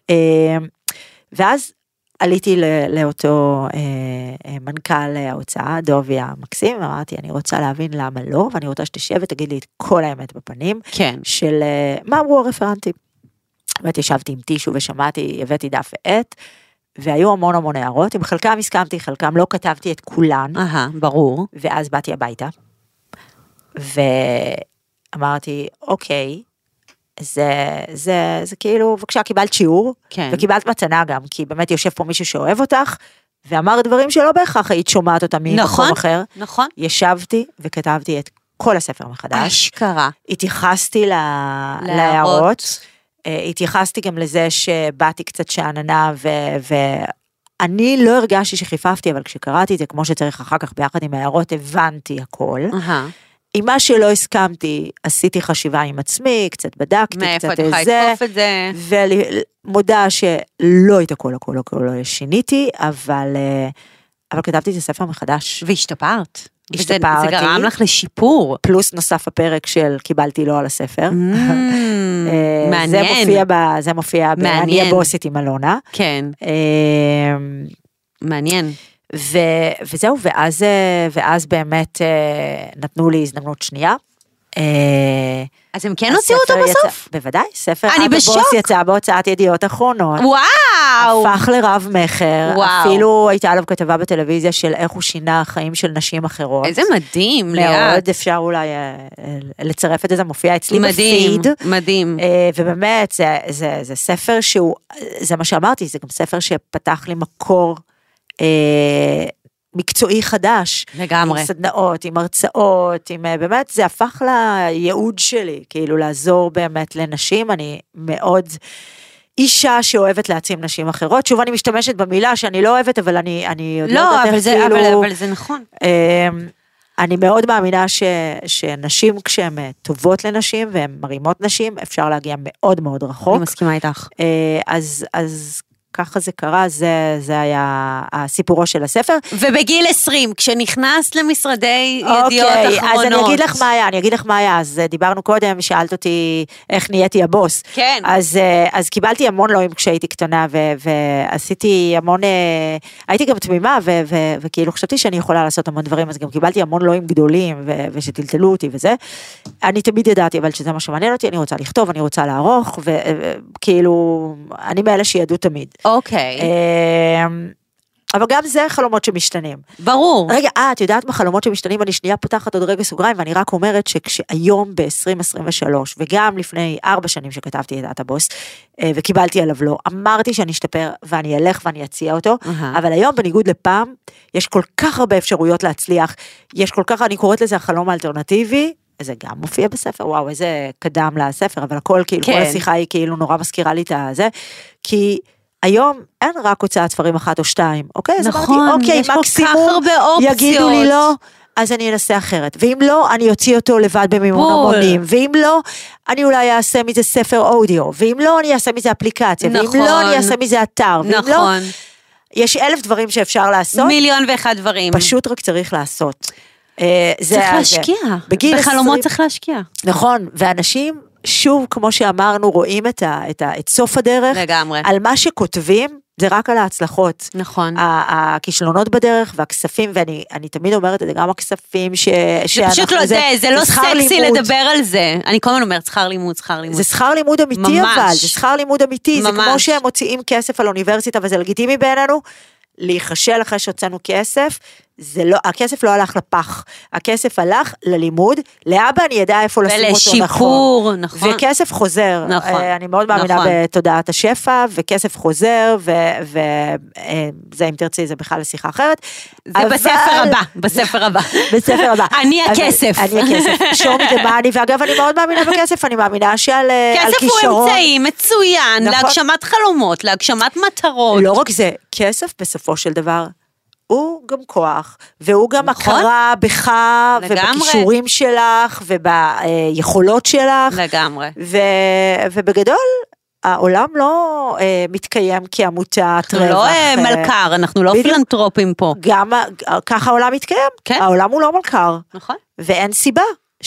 ואז עליתי לאותו מנכ"ל ההוצאה, דובי המקסים, אמרתי, אני רוצה להבין למה לא, ואני רוצה שתשב ותגיד לי את כל האמת בפנים, כן. של מה אמרו הרפרנטים. באמת ישבתי עם טישו ושמעתי, הבאתי דף ועט, והיו המון המון הערות, עם חלקם הסכמתי, חלקם לא כתבתי את כולן. אהה, ברור. ואז באתי הביתה, ואמרתי, אוקיי, זה, זה, זה כאילו, בבקשה, קיבלת שיעור, כן. וקיבלת מתנה גם, כי באמת יושב פה מישהו שאוהב אותך, ואמר דברים שלא בהכרח היית שומעת אותם ממקום נכון, אחר. נכון. ישבתי וכתבתי את כל הספר מחדש. אשכרה. התייחסתי לה... להערות. התייחסתי גם לזה שבאתי קצת שעננה, ואני לא הרגשתי שחיפפתי, אבל כשקראתי את זה כמו שצריך אחר כך ביחד עם ההערות, הבנתי הכל. עם מה שלא הסכמתי, עשיתי חשיבה עם עצמי, קצת בדקתי, מאיפה קצת את יכולה זה, לתקוף את זה. ומודה שלא את הכל, הכל, הכל, לא שיניתי, אבל, אבל כתבתי את הספר מחדש. והשתפרת. השתפרתי. זה גרם לך לשיפור. פלוס נוסף הפרק של קיבלתי לא על הספר. מעניין. זה מופיע, ב, זה מופיע ב, אני הבוסית עם אלונה. כן. מעניין. ו, וזהו, ואז, ואז באמת נתנו לי הזדמנות שנייה. אז הם כן הוציאו אותו בסוף? בוודאי, ספר אני בשוק. יצא בהוצאת ידיעות אחרונות. וואו. הפך לרב מחר. אפילו הייתה עליו כתבה בטלוויזיה של איך הוא שינה חיים של נשים אחרות. איזה מדהים, ליאת. מאוד אפשר אולי לצרף את זה, זה מופיע אצלי מדהים, בפיד. מדהים. ובאמת, זה, זה, זה ספר שהוא, זה מה שאמרתי, זה גם ספר שפתח לי מקור מקצועי חדש. לגמרי. עם סדנאות, עם הרצאות, עם, באמת זה הפך לייעוד שלי, כאילו לעזור באמת לנשים, אני מאוד אישה שאוהבת להעצים נשים אחרות, שוב אני משתמשת במילה שאני לא אוהבת, אבל אני, אני עוד לא, לא יודעת אבל איך זה, כאילו, אבל, אבל זה נכון. אני מאוד מאמינה ש, שנשים כשהן טובות לנשים, והן מרימות נשים, אפשר להגיע מאוד מאוד רחוק. אני מסכימה איתך. אז, אז, ככה זה קרה, זה, זה היה הסיפורו של הספר. ובגיל עשרים, כשנכנס למשרדי ידיעות אוקיי, אחרונות. אז אני אגיד לך מה היה, אני אגיד לך מה היה, אז דיברנו קודם, שאלת אותי איך נהייתי הבוס. כן. אז, אז קיבלתי המון לואים כשהייתי קטנה, ו, ועשיתי המון, הייתי גם תמימה, ו, ו, וכאילו חשבתי שאני יכולה לעשות המון דברים, אז גם קיבלתי המון לואים גדולים, ו, ושטלטלו אותי וזה. אני תמיד ידעתי, אבל שזה מה שמעניין אותי, אני רוצה לכתוב, אני רוצה לערוך, וכאילו, אני מאלה שידעו תמיד. אוקיי. אבל גם זה חלומות שמשתנים. ברור. רגע, אה, את יודעת מה חלומות שמשתנים, אני שנייה פותחת עוד רגע סוגריים, ואני רק אומרת שכשהיום ב-עשרים עשרים ושלוש, וגם לפני ארבע שנים שכתבתי את דעת הבוס, וקיבלתי עליו לא, אמרתי שאני אשתפר, ואני אלך ואני אציע אותו, אבל היום בניגוד לפעם, יש כל כך הרבה אפשרויות להצליח, יש כל כך, אני קוראת לזה החלום האלטרנטיבי, זה גם מופיע בספר, וואו, איזה קדם לספר, אבל הכל כאילו, כל השיחה היא כאילו נורא מזכירה לי את זה, כי היום אין רק הוצאת ספרים אחת או שתיים, אוקיי? נכון, אז אמרתי, אוקיי, יש כל מקסימום, כך הרבה אופציות. יגידו לי לא, אז אני אנסה אחרת, ואם לא, אני אוציא אותו לבד במימון המונים, ואם לא, אני אולי אעשה מזה ספר אודיו, ואם לא, אני אעשה מזה אפליקציה, ואם נכון. לא, אני אעשה מזה אתר, ואם נכון. לא, יש אלף דברים שאפשר לעשות, מיליון ואחד דברים. פשוט רק צריך לעשות. צריך להשקיע, בחלומות צריך להשקיע. נכון, ואנשים, שוב, כמו שאמרנו, רואים את, ה, את, ה, את סוף הדרך, לגמרי. על מה שכותבים, זה רק על ההצלחות. נכון. הכישלונות בדרך והכספים, ואני אני תמיד אומרת את זה, גם הכספים ש... זה פשוט לא זה, זה לא סקסי לדבר על זה. אני כל הזמן אומרת, שכר לימוד, שכר לימוד. זה שכר לימוד אמיתי ממש. אבל, זה שכר לימוד אמיתי, ממש. זה כמו שהם מוציאים כסף על אוניברסיטה, וזה לגיטימי בעינינו, להיחשל אחרי שהוצאנו כסף, זה לא, הכסף לא הלך לפח, הכסף הלך ללימוד, לאבא אני ידע איפה לשים אותו נכון. ולשיפור, נכון. וכסף חוזר, נכון. אני מאוד מאמינה נכון. בתודעת השפע, וכסף חוזר, וזה אם תרצי, זה בכלל לשיחה אחרת. זה אבל... בספר הבא, בספר הבא. בספר הבא. אני הכסף. אני הכסף, שום דמני, ואגב אני מאוד מאמינה בכסף, אני מאמינה שעל כישרון. כסף הוא אמצעי מצוין, נכון. להגשמת חלומות, להגשמת מטרות. לא רק זה, כסף בסופו של דבר, הוא גם כוח, והוא גם נכון? הכרה בך, לגמרי. ובכישורים שלך, וביכולות שלך. לגמרי. ו, ובגדול, העולם לא אה, מתקיים כעמותת רווח. אנחנו לא אה, מלכר, אנחנו לא בדיוק, פילנטרופים פה. גם ככה העולם מתקיים, כן? העולם הוא לא מלכר. נכון. ואין סיבה.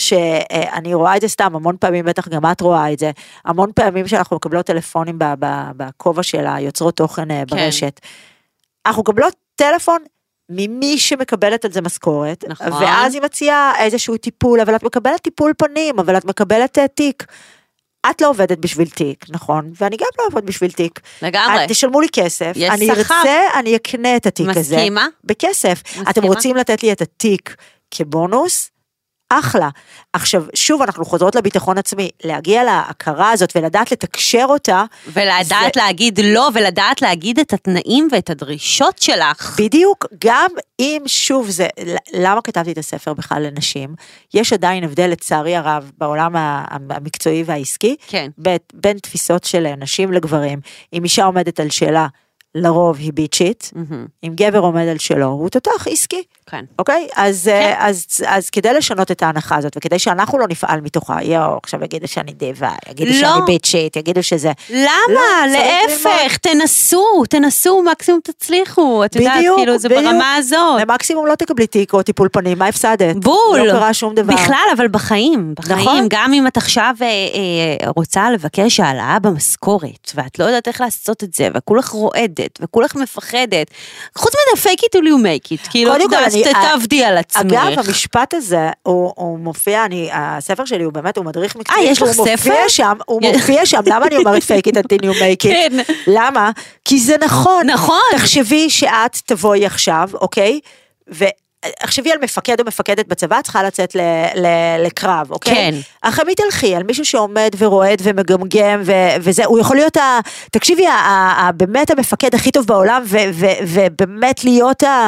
שאני רואה את זה סתם, המון פעמים, בטח גם את רואה את זה, המון פעמים שאנחנו מקבלות טלפונים בכובע של היוצרות תוכן ברשת. אנחנו מקבלות טלפון ממי שמקבלת על זה משכורת, נכון. ואז היא מציעה איזשהו טיפול, אבל את מקבלת טיפול פנים, אבל את מקבלת תיק. את לא עובדת בשביל תיק, נכון? ואני גם לא עובדת בשביל תיק. לגמרי. תשלמו לי כסף, אני שכר. ארצה, אני אקנה את התיק מסכימה? הזה. מסכימה? בכסף. מסכימה? אתם רוצים לתת לי את התיק כבונוס? אחלה. עכשיו, שוב, אנחנו חוזרות לביטחון עצמי, להגיע להכרה הזאת ולדעת לתקשר אותה. ולדעת זה... להגיד לא, ולדעת להגיד את התנאים ואת הדרישות שלך. בדיוק, גם אם שוב זה, למה כתבתי את הספר בכלל לנשים? יש עדיין הבדל לצערי הרב בעולם המקצועי והעסקי, כן. בין, בין תפיסות של נשים לגברים. אם אישה עומדת על שאלה, לרוב היא ביצ'ית, mm-hmm. אם גבר עומד על שלו, הוא תותח עסקי. כן. אוקיי? אז, כן. אז, אז, אז כדי לשנות את ההנחה הזאת, וכדי שאנחנו לא נפעל מתוכה, יאו, עכשיו יגידו שאני דיבה, יגידו לא. שאני ביצ'ית, יגידו שזה... למה? לא, להפך, תנסו, תנסו, מקסימום תצליחו, את יודעת, בדיוק, כאילו, זה בדיוק. ברמה הזאת. למקסימום לא תקבלי תיק או טיפול פנים, מה הפסדת? בול. לא קרה שום דבר. בכלל, אבל בחיים, בחיים, נכון? גם אם את עכשיו אה, אה, רוצה לבקש העלאה במשכורת, ואת לא יודעת איך לעשות את זה, וכולך רועדת, וכולך מפחדת, חוץ מזה, fake it till you make it, כאילו, את יודעת, תעבדי על עצמך. אגב, המשפט הזה, הוא, הוא מופיע, אני, הספר שלי הוא באמת, הוא מדריך מקצועי. אה, יש לך ספר? שם, הוא מופיע שם, למה אני אומרת fake it until you make it? כן. למה? כי זה נכון. נכון. תחשבי שאת תבואי עכשיו, אוקיי? ותחשבי על מפקד או מפקדת בצבא, צריכה לצאת ל, ל, לקרב, אוקיי? כן. אחרי מי תלכי, על מישהו שעומד ורועד ומגמגם, ו, וזה, הוא יכול להיות, ה, תקשיבי, ה, ה, ה, באמת המפקד הכי טוב בעולם, ו, ו, ובאמת להיות ה...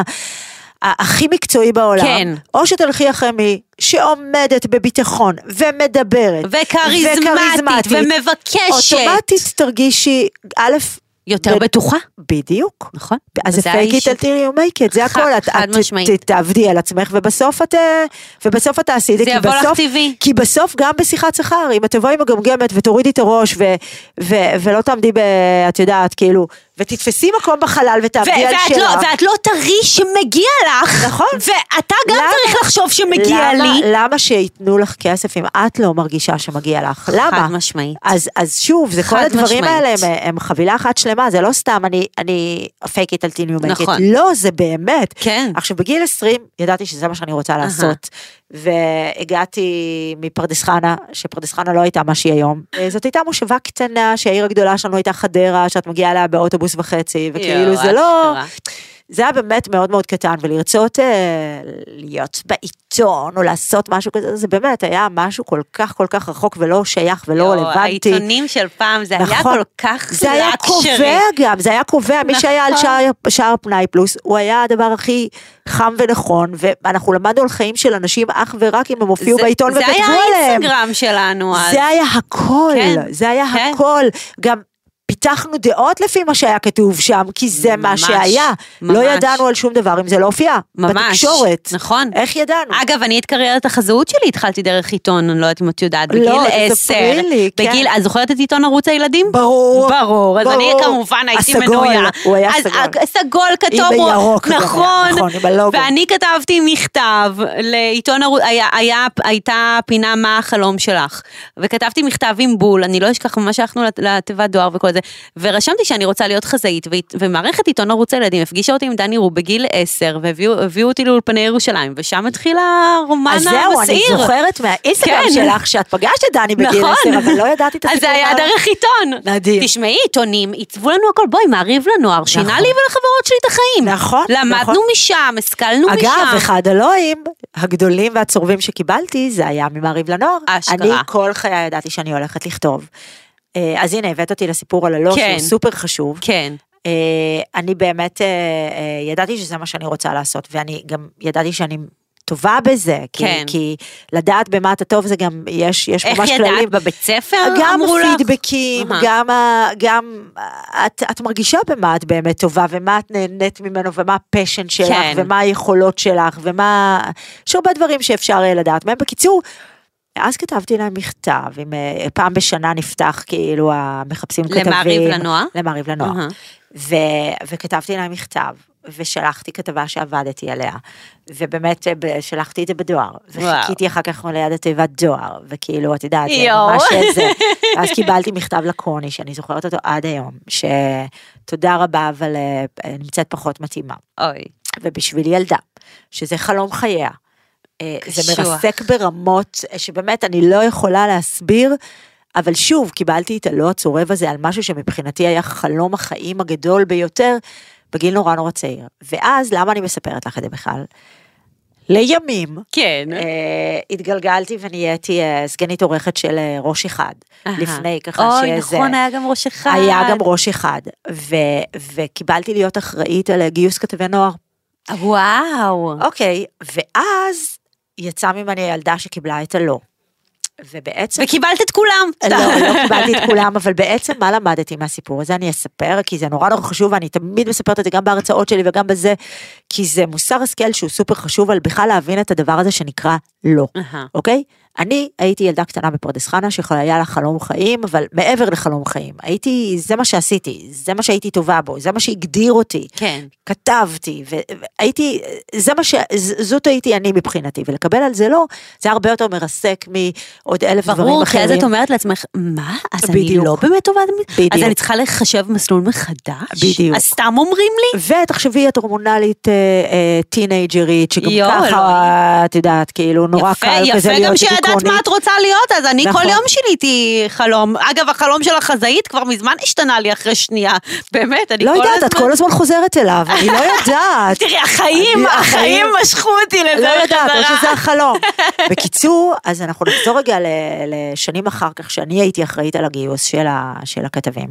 הכי מקצועי בעולם, כן. או שתלכי אחרי מי שעומדת בביטחון ומדברת וכריזמטית ומבקשת, אוטומטית תרגישי א' יותר בטוחה. בדיוק. נכון. אז זה fake it until you make it, זה הכל. חד משמעית. את תעבדי על עצמך, ובסוף את ובסוף את תעשי את זה. זה יבוא לך טבעי. כי בסוף גם בשיחת שכר, אם את תבואי מגמגמת ותורידי את הראש, ולא תעמדי, את יודעת, כאילו, ותתפסי מקום בחלל ותעבדי על שלך. ואת לא תראי שמגיע לך. נכון. ואתה גם צריך לחשוב שמגיע לי. למה שיתנו לך כסף אם את לא מרגישה שמגיע לך? למה? חד משמעית. אז שוב, זה כל הדברים האלה, הם חבילה אחת שלמה, זה לא סתם, אני fake it until you make it. לא, זה באמת. כן. עכשיו, בגיל עשרים, ידעתי שזה מה שאני רוצה לעשות. והגעתי מפרדס חנה, שפרדס חנה לא הייתה מה שהיא היום. זאת הייתה מושבה קטנה, שהעיר הגדולה שלנו הייתה חדרה, שאת מגיעה אליה באוטובוס וחצי, וכאילו זה לא... זה היה באמת מאוד מאוד קטן, ולרצות אה, להיות בעיתון, או לעשות משהו כזה, זה באמת היה משהו כל כך כל כך רחוק, ולא שייך ולא רלוונטי. העיתונים של פעם, זה נכון, היה כל כך זה היה קובע גם, זה היה קובע, נכון. מי שהיה על שער, שער פנאי פלוס, הוא היה הדבר הכי חם ונכון, ואנחנו למדנו על חיים של אנשים, אך ורק אם הם הופיעו זה, בעיתון וכתבו עליהם. זה היה האינסטגרם שלנו אז. זה היה הכל, כן, זה היה כן. הכל, גם... ניתחנו דעות לפי מה שהיה כתוב שם, כי זה מה שהיה. לא ידענו על שום דבר אם זה לא הופיע. בתקשורת. נכון. איך ידענו? אגב, אני את קריירת החזאות שלי התחלתי דרך עיתון, אני לא יודעת אם את יודעת, בגיל עשר. בגיל, את זוכרת את עיתון ערוץ הילדים? ברור. ברור, אז אני כמובן הייתי מנויה. הוא היה סגול. סגול כתוב. עם בירוק. נכון. עם הלוגו. ואני כתבתי מכתב לעיתון ערוץ, הייתה פינה מה החלום שלך, וכתבתי מכתב עם בול, אני לא אשכח ממש שהלכנו לתיבת דואר וכל זה, ורשמתי שאני רוצה להיות חזאית, ומערכת עיתון ערוץ הילדים הפגישה אותי עם דני רוב בגיל עשר, והביאו אותי לאולפני ירושלים, ושם התחיל הרומן המסעיר. אז זהו, אני זוכרת מהאינסטגרם שלך, שאת פגשת את דני בגיל עשר, אבל לא ידעתי את הסיפור. אז זה היה דרך עיתון. מדהים. תשמעי, עיתונים, עיצבו לנו הכל, בואי, מעריב לנוער, שינה לי ולחברות שלי את החיים. נכון. למדנו משם, השכלנו משם. אגב, אחד הלואים הגדולים והצורבים שקיבלתי, זה היה ממעריב לנוער. אני כל חיי ידעתי שאני הולכת לכתוב. אז הנה, הבאת אותי לסיפור על הלא, שהוא סופר חשוב. כן. אני באמת ידעתי שזה מה שאני רוצה לעשות, ואני גם ידעתי שאני טובה בזה, כן. כי לדעת במה אתה טוב זה גם, יש, יש ממש כללים. איך ידעת בבית ספר? גם פידבקים, גם, גם את, את מרגישה במה את באמת טובה, ומה את נהנית ממנו, ומה הפשן שלך, כן. ומה היכולות שלך, ומה, יש הרבה דברים שאפשר לדעת מהם. בקיצור, אז כתבתי להם מכתב, עם, פעם בשנה נפתח כאילו המחפשים כתבים. למעריב לנוער? למעריב לנוער. ו, וכתבתי להם מכתב. ושלחתי כתבה שעבדתי עליה, ובאמת שלחתי את זה בדואר, וחיכיתי אחר כך ליד התיבת דואר, וכאילו, את יודעת, זה ממש זה, ואז קיבלתי מכתב לקוני, שאני זוכרת אותו עד היום, שתודה רבה, אבל נמצאת פחות מתאימה. אוי. ובשביל ילדה, שזה חלום חייה, זה מרסק ברמות, שבאמת אני לא יכולה להסביר, אבל שוב, קיבלתי את הלא הצורב הזה, על משהו שמבחינתי היה חלום החיים הגדול ביותר, בגיל נורא נורא צעיר. ואז, למה אני מספרת לך את זה בכלל? לימים, כן. אה, התגלגלתי ונהייתי אה, סגנית עורכת של אה, ראש אחד. אה. לפני ככה אוי, שזה... אוי, נכון, היה גם ראש אחד. היה גם ראש אחד. ו, וקיבלתי להיות אחראית על גיוס כתבי נוער. וואו. אוקיי, ואז יצא ממני ילדה שקיבלה את הלא. ובעצם... וקיבלת את כולם. לא, לא קיבלתי את כולם, אבל בעצם מה למדתי מהסיפור הזה? אני אספר, כי זה נורא נורא חשוב, ואני תמיד מספרת את זה גם בהרצאות שלי וגם בזה, כי זה מוסר השכל שהוא סופר חשוב, על בכלל להבין את הדבר הזה שנקרא לא, אוקיי? אני הייתי ילדה קטנה בפרדס חנה, שהיה לה חלום חיים, אבל מעבר לחלום חיים, הייתי, זה מה שעשיתי, זה מה שהייתי טובה בו, זה מה שהגדיר אותי, כן. כתבתי, והייתי, זה מה ש... זאת הייתי אני מבחינתי, ולקבל על זה לא, זה הרבה יותר מרסק מעוד אלף דברים אחרים. ברור, כי אז את אומרת לעצמך, מה? אז אני לא באמת טובה, אז אני צריכה לחשב מסלול מחדש? בדיוק. אז סתם אומרים לי? ותחשבי, את הורמונלית טינג'רית, שגם ככה, את יודעת, כאילו, נורא קל כזה להיות דיכאונית. יודעת מה את רוצה להיות, אז אני כל יום שיליתי חלום. אגב, החלום של החזאית כבר מזמן השתנה לי אחרי שנייה. באמת, אני כל הזמן... לא יודעת, את כל הזמן חוזרת אליו, אני לא יודעת. תראי, החיים, החיים משכו אותי לזה בחזרה. לא יודעת, או שזה החלום. בקיצור, אז אנחנו נחזור רגע לשנים אחר כך, שאני הייתי אחראית על הגיוס של הכתבים.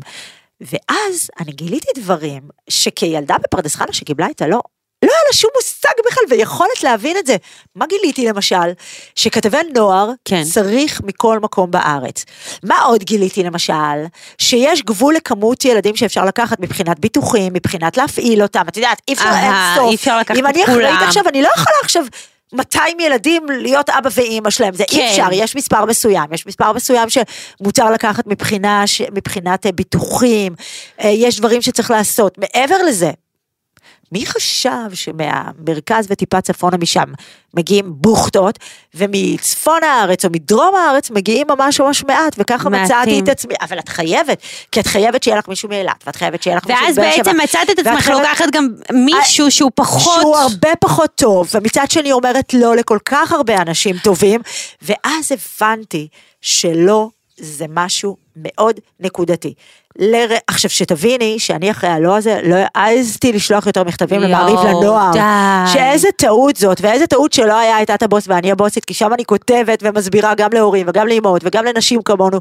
ואז אני גיליתי דברים, שכילדה בפרדס חנה שקיבלה את הלא, לא היה לה שום מושג בכלל, ויכולת להבין את זה. מה גיליתי למשל? שכתבי נוער כן. צריך מכל מקום בארץ. מה עוד גיליתי למשל? שיש גבול לכמות ילדים שאפשר לקחת מבחינת ביטוחים, מבחינת להפעיל אותם. את יודעת, אי אפשר אין סוף. אי אפשר לקחת אם אני אחראית עכשיו, אני לא יכולה עכשיו מאתיים ילדים להיות אבא ואמא שלהם. זה כן. אי אפשר, יש מספר מסוים. יש מספר מסוים שמותר לקחת מבחינה, מבחינת ביטוחים. יש דברים שצריך לעשות. מעבר לזה, מי חשב שמהמרכז וטיפה צפונה משם מגיעים בוכתות, ומצפון הארץ או מדרום הארץ מגיעים ממש ממש מעט, וככה מצאתי את עצמי, אבל את חייבת, כי את חייבת שיהיה לך מישהו מאילת, ואת חייבת שיהיה לך מישהו ואז בעצם מצאת את עצמך לוקחת גם מישהו שהוא פחות... שהוא הרבה פחות טוב, ומצד שני אומרת לא לכל כך הרבה אנשים טובים, ואז הבנתי שלא זה משהו מאוד נקודתי. לר... עכשיו שתביני שאני אחרי הלא הזה, לא העזתי לשלוח יותר מכתבים למעריב לנוער, שאיזה טעות זאת, ואיזה טעות שלא היה הייתה את הבוס ואני הבוסית, כי שם אני כותבת ומסבירה גם להורים וגם לאמהות וגם לנשים כמונו,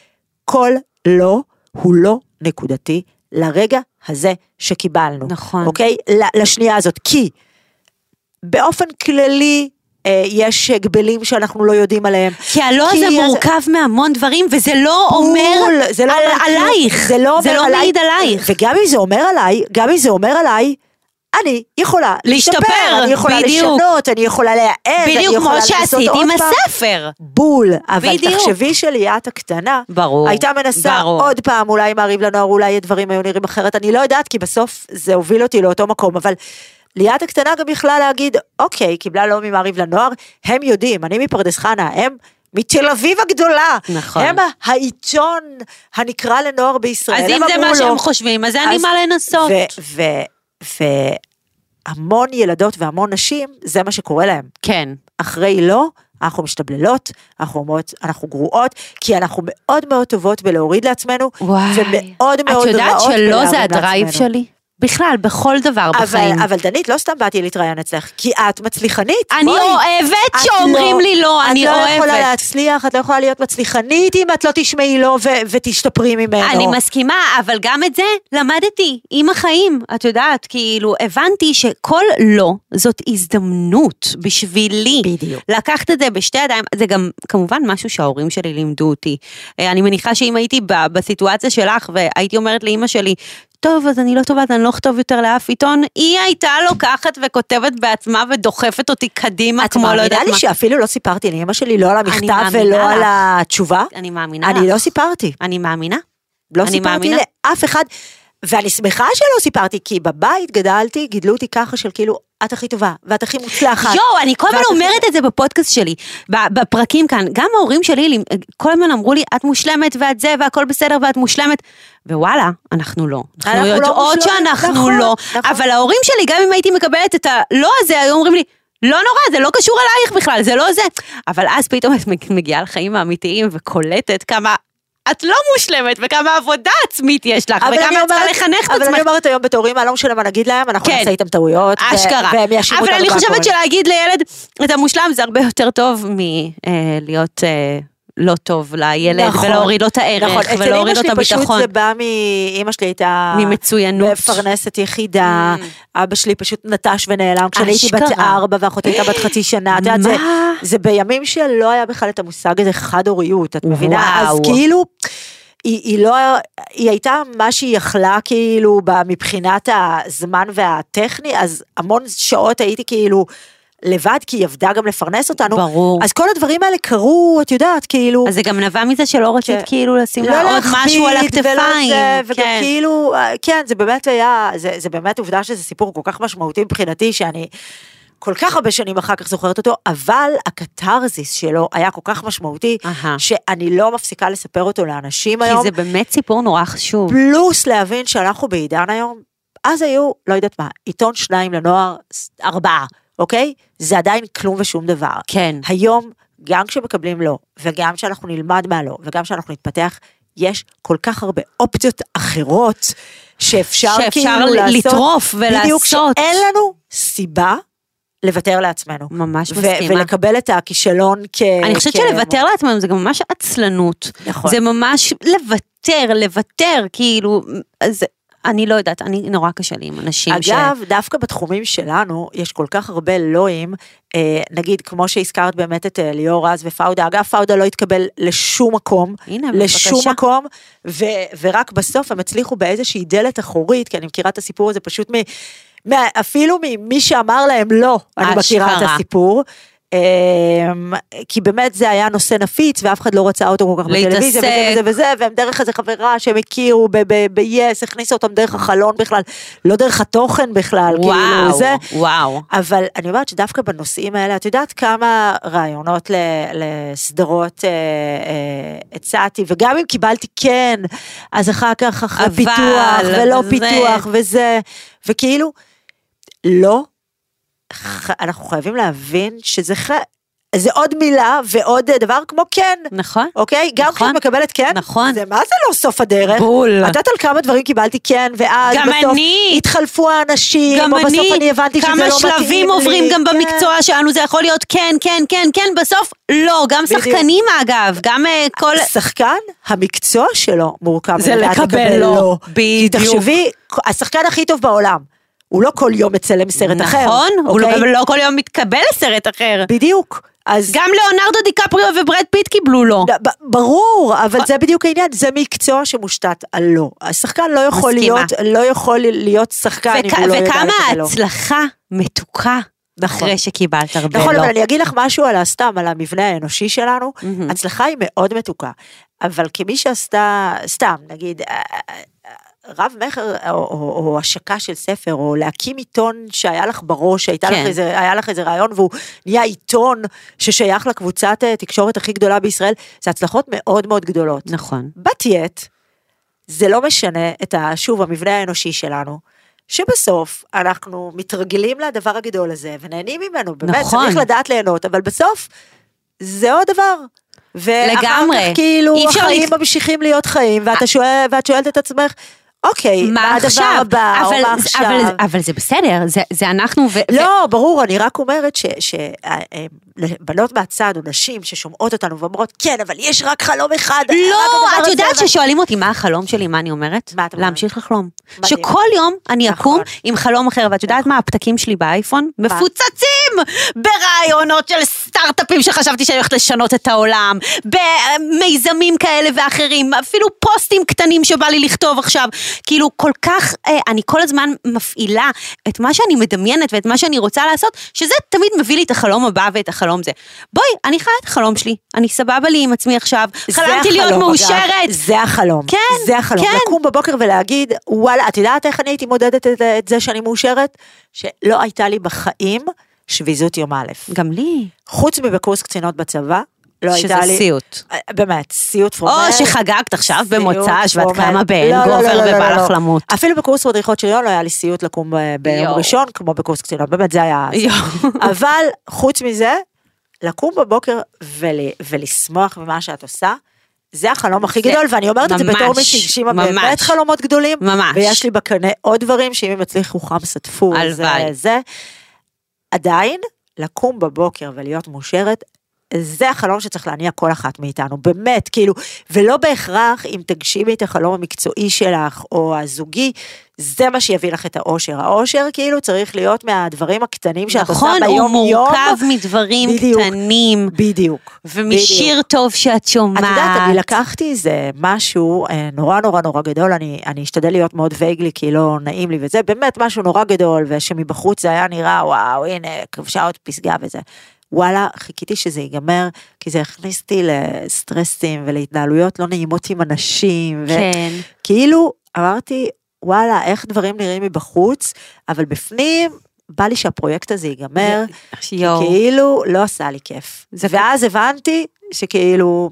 כל לא הוא לא נקודתי לרגע הזה שקיבלנו. נכון. אוקיי? לשנייה הזאת, כי באופן כללי, יש גבלים שאנחנו לא יודעים עליהם. כי הלא זה מורכב מהמון דברים, וזה לא אומר עלייך, זה לא מעיד עלייך. וגם אם זה אומר עליי, גם אם זה אומר עליי, אני יכולה להשתפר, אני יכולה לשנות, אני יכולה להעד, בדיוק כמו שעשית עם הספר. בול, אבל תחשבי שליאת הקטנה, הייתה מנסה עוד פעם, אולי מעריב לנוער, אולי הדברים היו נראים אחרת, אני לא יודעת, כי בסוף זה הוביל אותי לאותו מקום, אבל ליאת הקטנה גם יכלה להגיד, אוקיי, קיבלה לא ממעריב לנוער, הם יודעים, אני מפרדס חנה, הם מתל אביב הגדולה, נכון. הם העיתון הנקרא לנוער בישראל. אז אם זה מה שהם חושבים, אז אין לי מה לנסות. והמון ילדות והמון נשים, זה מה שקורה להם. כן. אחרי לא, אנחנו משתבללות, אנחנו אומרות, אנחנו גרועות, כי אנחנו מאוד מאוד טובות בלהוריד לעצמנו, וואי. ומאוד מאוד רעות. את יודעת שלא זה הדרייב שלי? בכלל, בכל דבר אבל, בחיים. אבל דנית, לא סתם באתי להתראיין אצלך, כי את מצליחנית. אני בואי, אוהבת שאומרים לא, לי לא, אני אוהבת. את לא יכולה להצליח, את לא יכולה להיות מצליחנית, אם את לא תשמעי לא ו- ותשתפרי ממנו. אני מסכימה, אבל גם את זה למדתי עם החיים, את יודעת, כאילו, הבנתי שכל לא, זאת הזדמנות בשבילי. בדיוק. לקחת את זה בשתי ידיים, זה גם כמובן משהו שההורים שלי לימדו אותי. אני מניחה שאם הייתי בסיטואציה שלך, והייתי אומרת לאמא שלי, טוב, אז אני לא טובה, אז אני לא אכתוב יותר לאף עיתון, היא הייתה לוקחת וכותבת בעצמה ודוחפת אותי קדימה, כמו לא יודעת מה. את מאמינה לי שאפילו לא סיפרתי לאמא שלי, לא על המכתב ולא על התשובה? אני מאמינה לך. אני לא סיפרתי. אני מאמינה. לא סיפרתי לאף אחד, ואני שמחה שלא סיפרתי, כי בבית גדלתי, גידלו אותי ככה של כאילו, את הכי טובה, ואת הכי מוצלחת. יו, אני כל הזמן אומרת את זה בפודקאסט שלי, בפרקים כאן, גם ההורים שלי, כל הזמן אמרו לי, את מושלמת, ואת זה, והכל בסדר, ואת מושלמת, ווואלה, אנחנו לא. אנחנו יודעות שאנחנו לא, אבל ההורים שלי, גם אם הייתי מקבלת את הלא הזה, היו אומרים לי, לא נורא, זה לא קשור אלייך בכלל, זה לא זה. אבל אז פתאום את מגיעה לחיים האמיתיים, וקולטת כמה את לא מושלמת, וכמה עבודה עצמית יש לך, וכמה את צריכה לחנך את עצמך. אבל אני אומרת היום בתורים, אני לא משנה מה נגיד להם, אנחנו נעשה איתם טעויות, והם יאשימו אותנו. אבל אני חושבת שלהגיד לילד את המושלם, זה הרבה יותר טוב מלהיות לא טוב לילד, ולהוריד לו את הערך, ולהוריד לו את הביטחון. פשוט זה בא מאמא שלי הייתה ממצוינות, מפרנסת יחידה, אבא שלי פשוט נטש ונעלם, כשאני הייתי בת ארבע, ואחותי הייתה בת חצי שנה, זה בימים שלא היה בכלל את המושג הזה חד הוריות, את מבינה? אז כאילו, היא לא, היא הייתה מה שהיא יכלה כאילו, מבחינת הזמן והטכני, אז המון שעות הייתי כאילו, לבד, כי היא עבדה גם לפרנס אותנו. ברור. אז כל הדברים האלה קרו, את יודעת, כאילו... אז זה גם נבע מזה שלא רצית ש... כאילו לשים לה עוד משהו על הכתפיים. זה, וגם כן. כאילו, כן, זה באמת היה, זה, זה באמת עובדה שזה סיפור כל כך משמעותי מבחינתי, שאני כל כך הרבה שנים אחר כך זוכרת אותו, אבל הקטרזיס שלו היה כל כך משמעותי, Aha. שאני לא מפסיקה לספר אותו לאנשים כי היום. כי זה באמת סיפור נורא חשוב. פלוס להבין שאנחנו בעידן היום, אז היו, לא יודעת מה, עיתון שניים לנוער, ארבעה. אוקיי? זה עדיין כלום ושום דבר. כן. היום, גם כשמקבלים לא, וגם כשאנחנו נלמד מה לא, וגם כשאנחנו נתפתח, יש כל כך הרבה אופציות אחרות, שאפשר, שאפשר כאילו לעשות. לטרוף ולעשות. בדיוק שאין לנו סיבה לוותר לעצמנו. ממש ו- מסכימה. ולקבל את הכישלון כ... אני חושבת כ- שלוותר לעצמנו, זה גם ממש עצלנות. נכון. זה ממש לוותר, לוותר, כאילו, זה... אני לא יודעת, אני נורא קשה לי עם אנשים אגב, ש... אגב, דווקא בתחומים שלנו, יש כל כך הרבה לואים, אה, נגיד, כמו שהזכרת באמת את אה, ליאור רז ופאודה, אגב, פאודה לא התקבל לשום מקום, הנה, לשום בבקשה. מקום, ו, ורק בסוף הם הצליחו באיזושהי דלת אחורית, כי אני מכירה את הסיפור הזה פשוט מ... מה, אפילו ממי שאמר להם לא, אני מכירה את הסיפור, כי באמת זה היה נושא נפיץ, ואף אחד לא רצה אותו כל כך בטלוויזיה, וזה וזה וזה, והם דרך איזה חברה שהם הכירו ב-yes, הכניסו אותם דרך החלון בכלל, לא דרך התוכן בכלל, וואו, וואו. אבל אני אומרת שדווקא בנושאים האלה, את יודעת כמה רעיונות לסדרות הצעתי, וגם אם קיבלתי כן, אז אחר כך אחרי פיתוח, ולא פיתוח, וזה, וכאילו, לא, אנחנו חייבים להבין שזה ח... זה עוד מילה ועוד דבר כמו כן. נכון. אוקיי? גם נכון, כשאת מקבלת כן, נכון. זה מה זה לא סוף הדרך? בול. את יודעת על כמה דברים קיבלתי כן, ואז בסוף אני. התחלפו האנשים, גם או אני. בסוף אני הבנתי שזה לא מתאים לי. כמה שלבים עוברים גם כן. במקצוע שלנו, זה יכול להיות כן, כן, כן, כן, בסוף לא. גם בדיוק. שחקנים אגב, גם uh, כל... שחקן, המקצוע שלו מורכב. זה לקבל לא. לא. בדיוק. תחשבי, השחקן הכי טוב בעולם. הוא לא כל יום מצלם סרט אחר. נכון, הוא אוקיי? לא, לא כל יום מתקבל לסרט אחר. בדיוק. אז גם ליאונרדו דיקפריו וברד פיט קיבלו לו. ב- ברור, אבל זה בדיוק העניין, זה מקצוע שמושתת על לא. השחקן לא יכול מסכימה. להיות, לא יכול להיות שחקן וכ- אם הוא לא יודע וכמה לקבל לא. ההצלחה מתוקה נכון. אחרי שקיבלת הרבה נכון, לא. אבל אני אגיד לך משהו על הסתם, על המבנה האנושי שלנו, מהמם. הצלחה היא מאוד מתוקה, אבל כמי שעשתה, סתם, נגיד, רב מחר, או, או, או השקה של ספר, או להקים עיתון שהיה לך בראש, הייתה כן. לך איזה, היה לך איזה רעיון, והוא נהיה עיתון ששייך לקבוצת תקשורת הכי גדולה בישראל, זה הצלחות מאוד מאוד גדולות. נכון. בתיית, זה לא משנה את, ה, שוב, המבנה האנושי שלנו, שבסוף אנחנו מתרגלים לדבר הגדול הזה, ונהנים ממנו, באמת, נכון. צריך לדעת ליהנות, אבל בסוף, זה עוד דבר. ואחר לגמרי. כך כאילו, אי אפשר החיים לת- ממשיכים להיות חיים, ואתה שואל, ואת שואלת את עצמך, אוקיי, מה מה הדבר עכשיו? הבא, או אבל, מה עכשיו? אבל, אבל זה בסדר, זה, זה אנחנו ו... לא, ברור, אני רק אומרת שבנות מהצד, או נשים ששומעות אותנו ואומרות, כן, אבל יש רק חלום אחד. לא, רק את הדבר יודעת הזה." ששואלים אותי מה החלום שלי, מה אני אומרת? מה את אומרת? להמשיך לחלום. מדהים. שכל יום אני אקום נכון. עם חלום אחר, ואת יודעת מה הפתקים שלי באייפון? מפוצצים ברעיונות של סטארט-אפים שחשבתי שאני הולכת לשנות את העולם, במיזמים כאלה ואחרים, אפילו פוסטים קטנים שבא לי לכתוב עכשיו, כאילו כל כך, אני כל הזמן מפעילה את מה שאני מדמיינת ואת מה שאני רוצה לעשות, שזה תמיד מביא לי את החלום הבא ואת החלום זה. בואי, אני חיה את החלום שלי, אני סבבה לי עם עצמי עכשיו, זה חלמתי להיות החלום, מאושרת. אגב, זה החלום. כן, זה החלום. כן. לקום בבוקר ולהגיד, וואלה, את יודעת איך אני הייתי מודדת את, את זה שאני מאושרת? שלא הייתה לי בחיים שביזות יום א'. גם לי. חוץ מבקורס קצינות בצבא, לא שזה הייתה לי... סיוט. באמת, סיוט פרומל. או שחגגת עכשיו סיוט במוצ"ש, ואת פרומל. קמה באין לא, לא, גובר לא, לא, ובא לא, לך לא. למות. אפילו בקורס מדריכות שריון לא היה לי סיוט לקום ב- ביום יואו. ראשון, כמו בקורס קצינות, באמת זה היה... יואו. אבל חוץ מזה, לקום בבוקר ול, ולשמוח במה שאת עושה, זה החלום הכי זה גדול, ואני אומרת את זה ממש, בתור מי שהגשימה באמת ממש. חלומות גדולים, ממש. ויש לי בקנה עוד דברים, שאם הם יצליחו חם סטפו, זה, הלוואי. זה. עדיין, לקום בבוקר ולהיות מאושרת, זה החלום שצריך להניע כל אחת מאיתנו, באמת, כאילו, ולא בהכרח אם תגשימי את החלום המקצועי שלך, או הזוגי, זה מה שיביא לך את האושר. האושר כאילו צריך להיות מהדברים הקטנים שאת עושה נכון, ביום הוא יום. מורכב מדברים בדיוק. קטנים, בדיוק. ומשיר בדיוק. טוב שאת שומעת. את יודעת, אני לקחתי איזה משהו אה, נורא נורא נורא גדול, אני, אני אשתדל להיות מאוד וייגלי, כי לא נעים לי, וזה באמת משהו נורא גדול, ושמבחוץ זה היה נראה, וואו, הנה, כבשה עוד פסגה וזה. וואלה, חיכיתי שזה ייגמר, כי זה הכניס אותי לסטרסים ולהתנהלויות לא נעימות עם אנשים, כן. וכאילו אמרתי, וואלה, איך דברים נראים מבחוץ, אבל בפנים בא לי שהפרויקט הזה ייגמר, כי יואו. כאילו לא עשה לי כיף. זה ואז הבנתי שכאילו,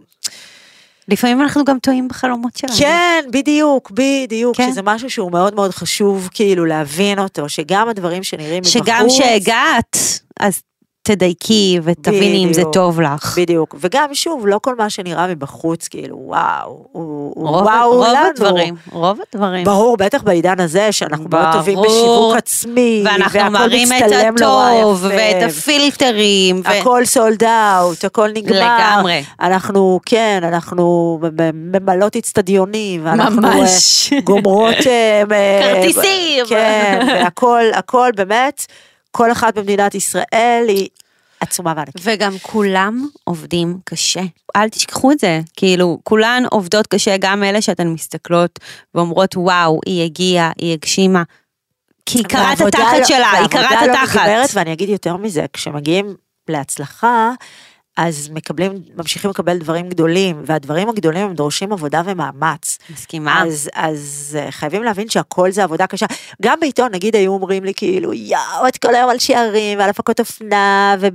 לפעמים אנחנו גם טועים בחלומות שלנו. כן, בדיוק, בדיוק, כן. שזה משהו שהוא מאוד מאוד חשוב, כאילו להבין אותו, שגם הדברים שנראים מבחוץ, שגם שהגעת, אז תדייקי ותביני אם זה בדיוק. טוב לך. בדיוק, וגם שוב, לא כל מה שנראה מבחוץ, כאילו, וואו, הוא הוא רוב, וואו רוב לנו. הדברים, רוב הדברים. ברור, בטח בעידן הזה, שאנחנו מאוד ברור. טובים בשיווק עצמי, ואנחנו והכל מראים את מצטלם נורא הטוב, יפה. ואת הפילטרים, ו... הכל סולד אאוט, הכל נגמר. לגמרי. אנחנו, כן, אנחנו ממלאות אצטדיונים, ואנחנו ממש. אה, גומרות... אה, אה, כרטיסים. כן, והכל, הכל באמת, כל אחת במדינת ישראל היא עצומה וענקית. וגם כולם עובדים קשה. אל תשכחו את זה, כאילו, כולן עובדות קשה, גם אלה שאתן מסתכלות ואומרות, וואו, היא הגיעה, היא הגשימה. כי היא קראת והעבודה התחת לא- שלה, היא קראת והעבודה לא התחת. נגמרת, ואני אגיד יותר מזה, כשמגיעים להצלחה, אז מקבלים, ממשיכים לקבל דברים גדולים, והדברים הגדולים הם דורשים עבודה ומאמץ. מסכימה. אז, אז אה, חייבים להבין שהכל זה עבודה קשה. גם בעיתון, נגיד, היו אומרים לי כאילו, יאו, את כל היום על שערים, ועל הפקות אופנה, וב...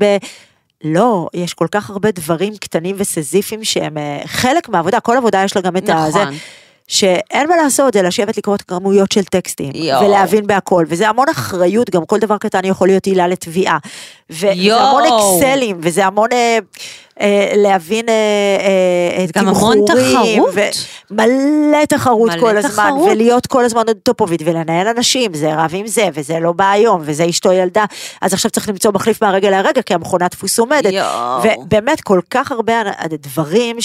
לא, יש כל כך הרבה דברים קטנים וסזיפיים שהם אה, חלק מהעבודה, כל עבודה יש לה גם את הזה. נכון. שאין מה לעשות, זה לשבת לקרוא כמויות של טקסטים, יו. ולהבין בהכל, וזה המון אחריות, גם כל דבר קטן יכול להיות עילה לתביעה, ו- יו. וזה המון אקסלים, וזה המון אה, אה, להבין אה, אה, גם המון תחרות. מלא תחרות מלא כל הזמן, תחרות. ולהיות כל הזמן עוד טופובית, ולנהל אנשים, זה רב עם זה, וזה לא בא היום, וזה אשתו ילדה, אז עכשיו צריך למצוא מחליף מהרגע להרגע, כי המכונת דפוס עומדת, יו. ובאמת כל כך הרבה דברים ש...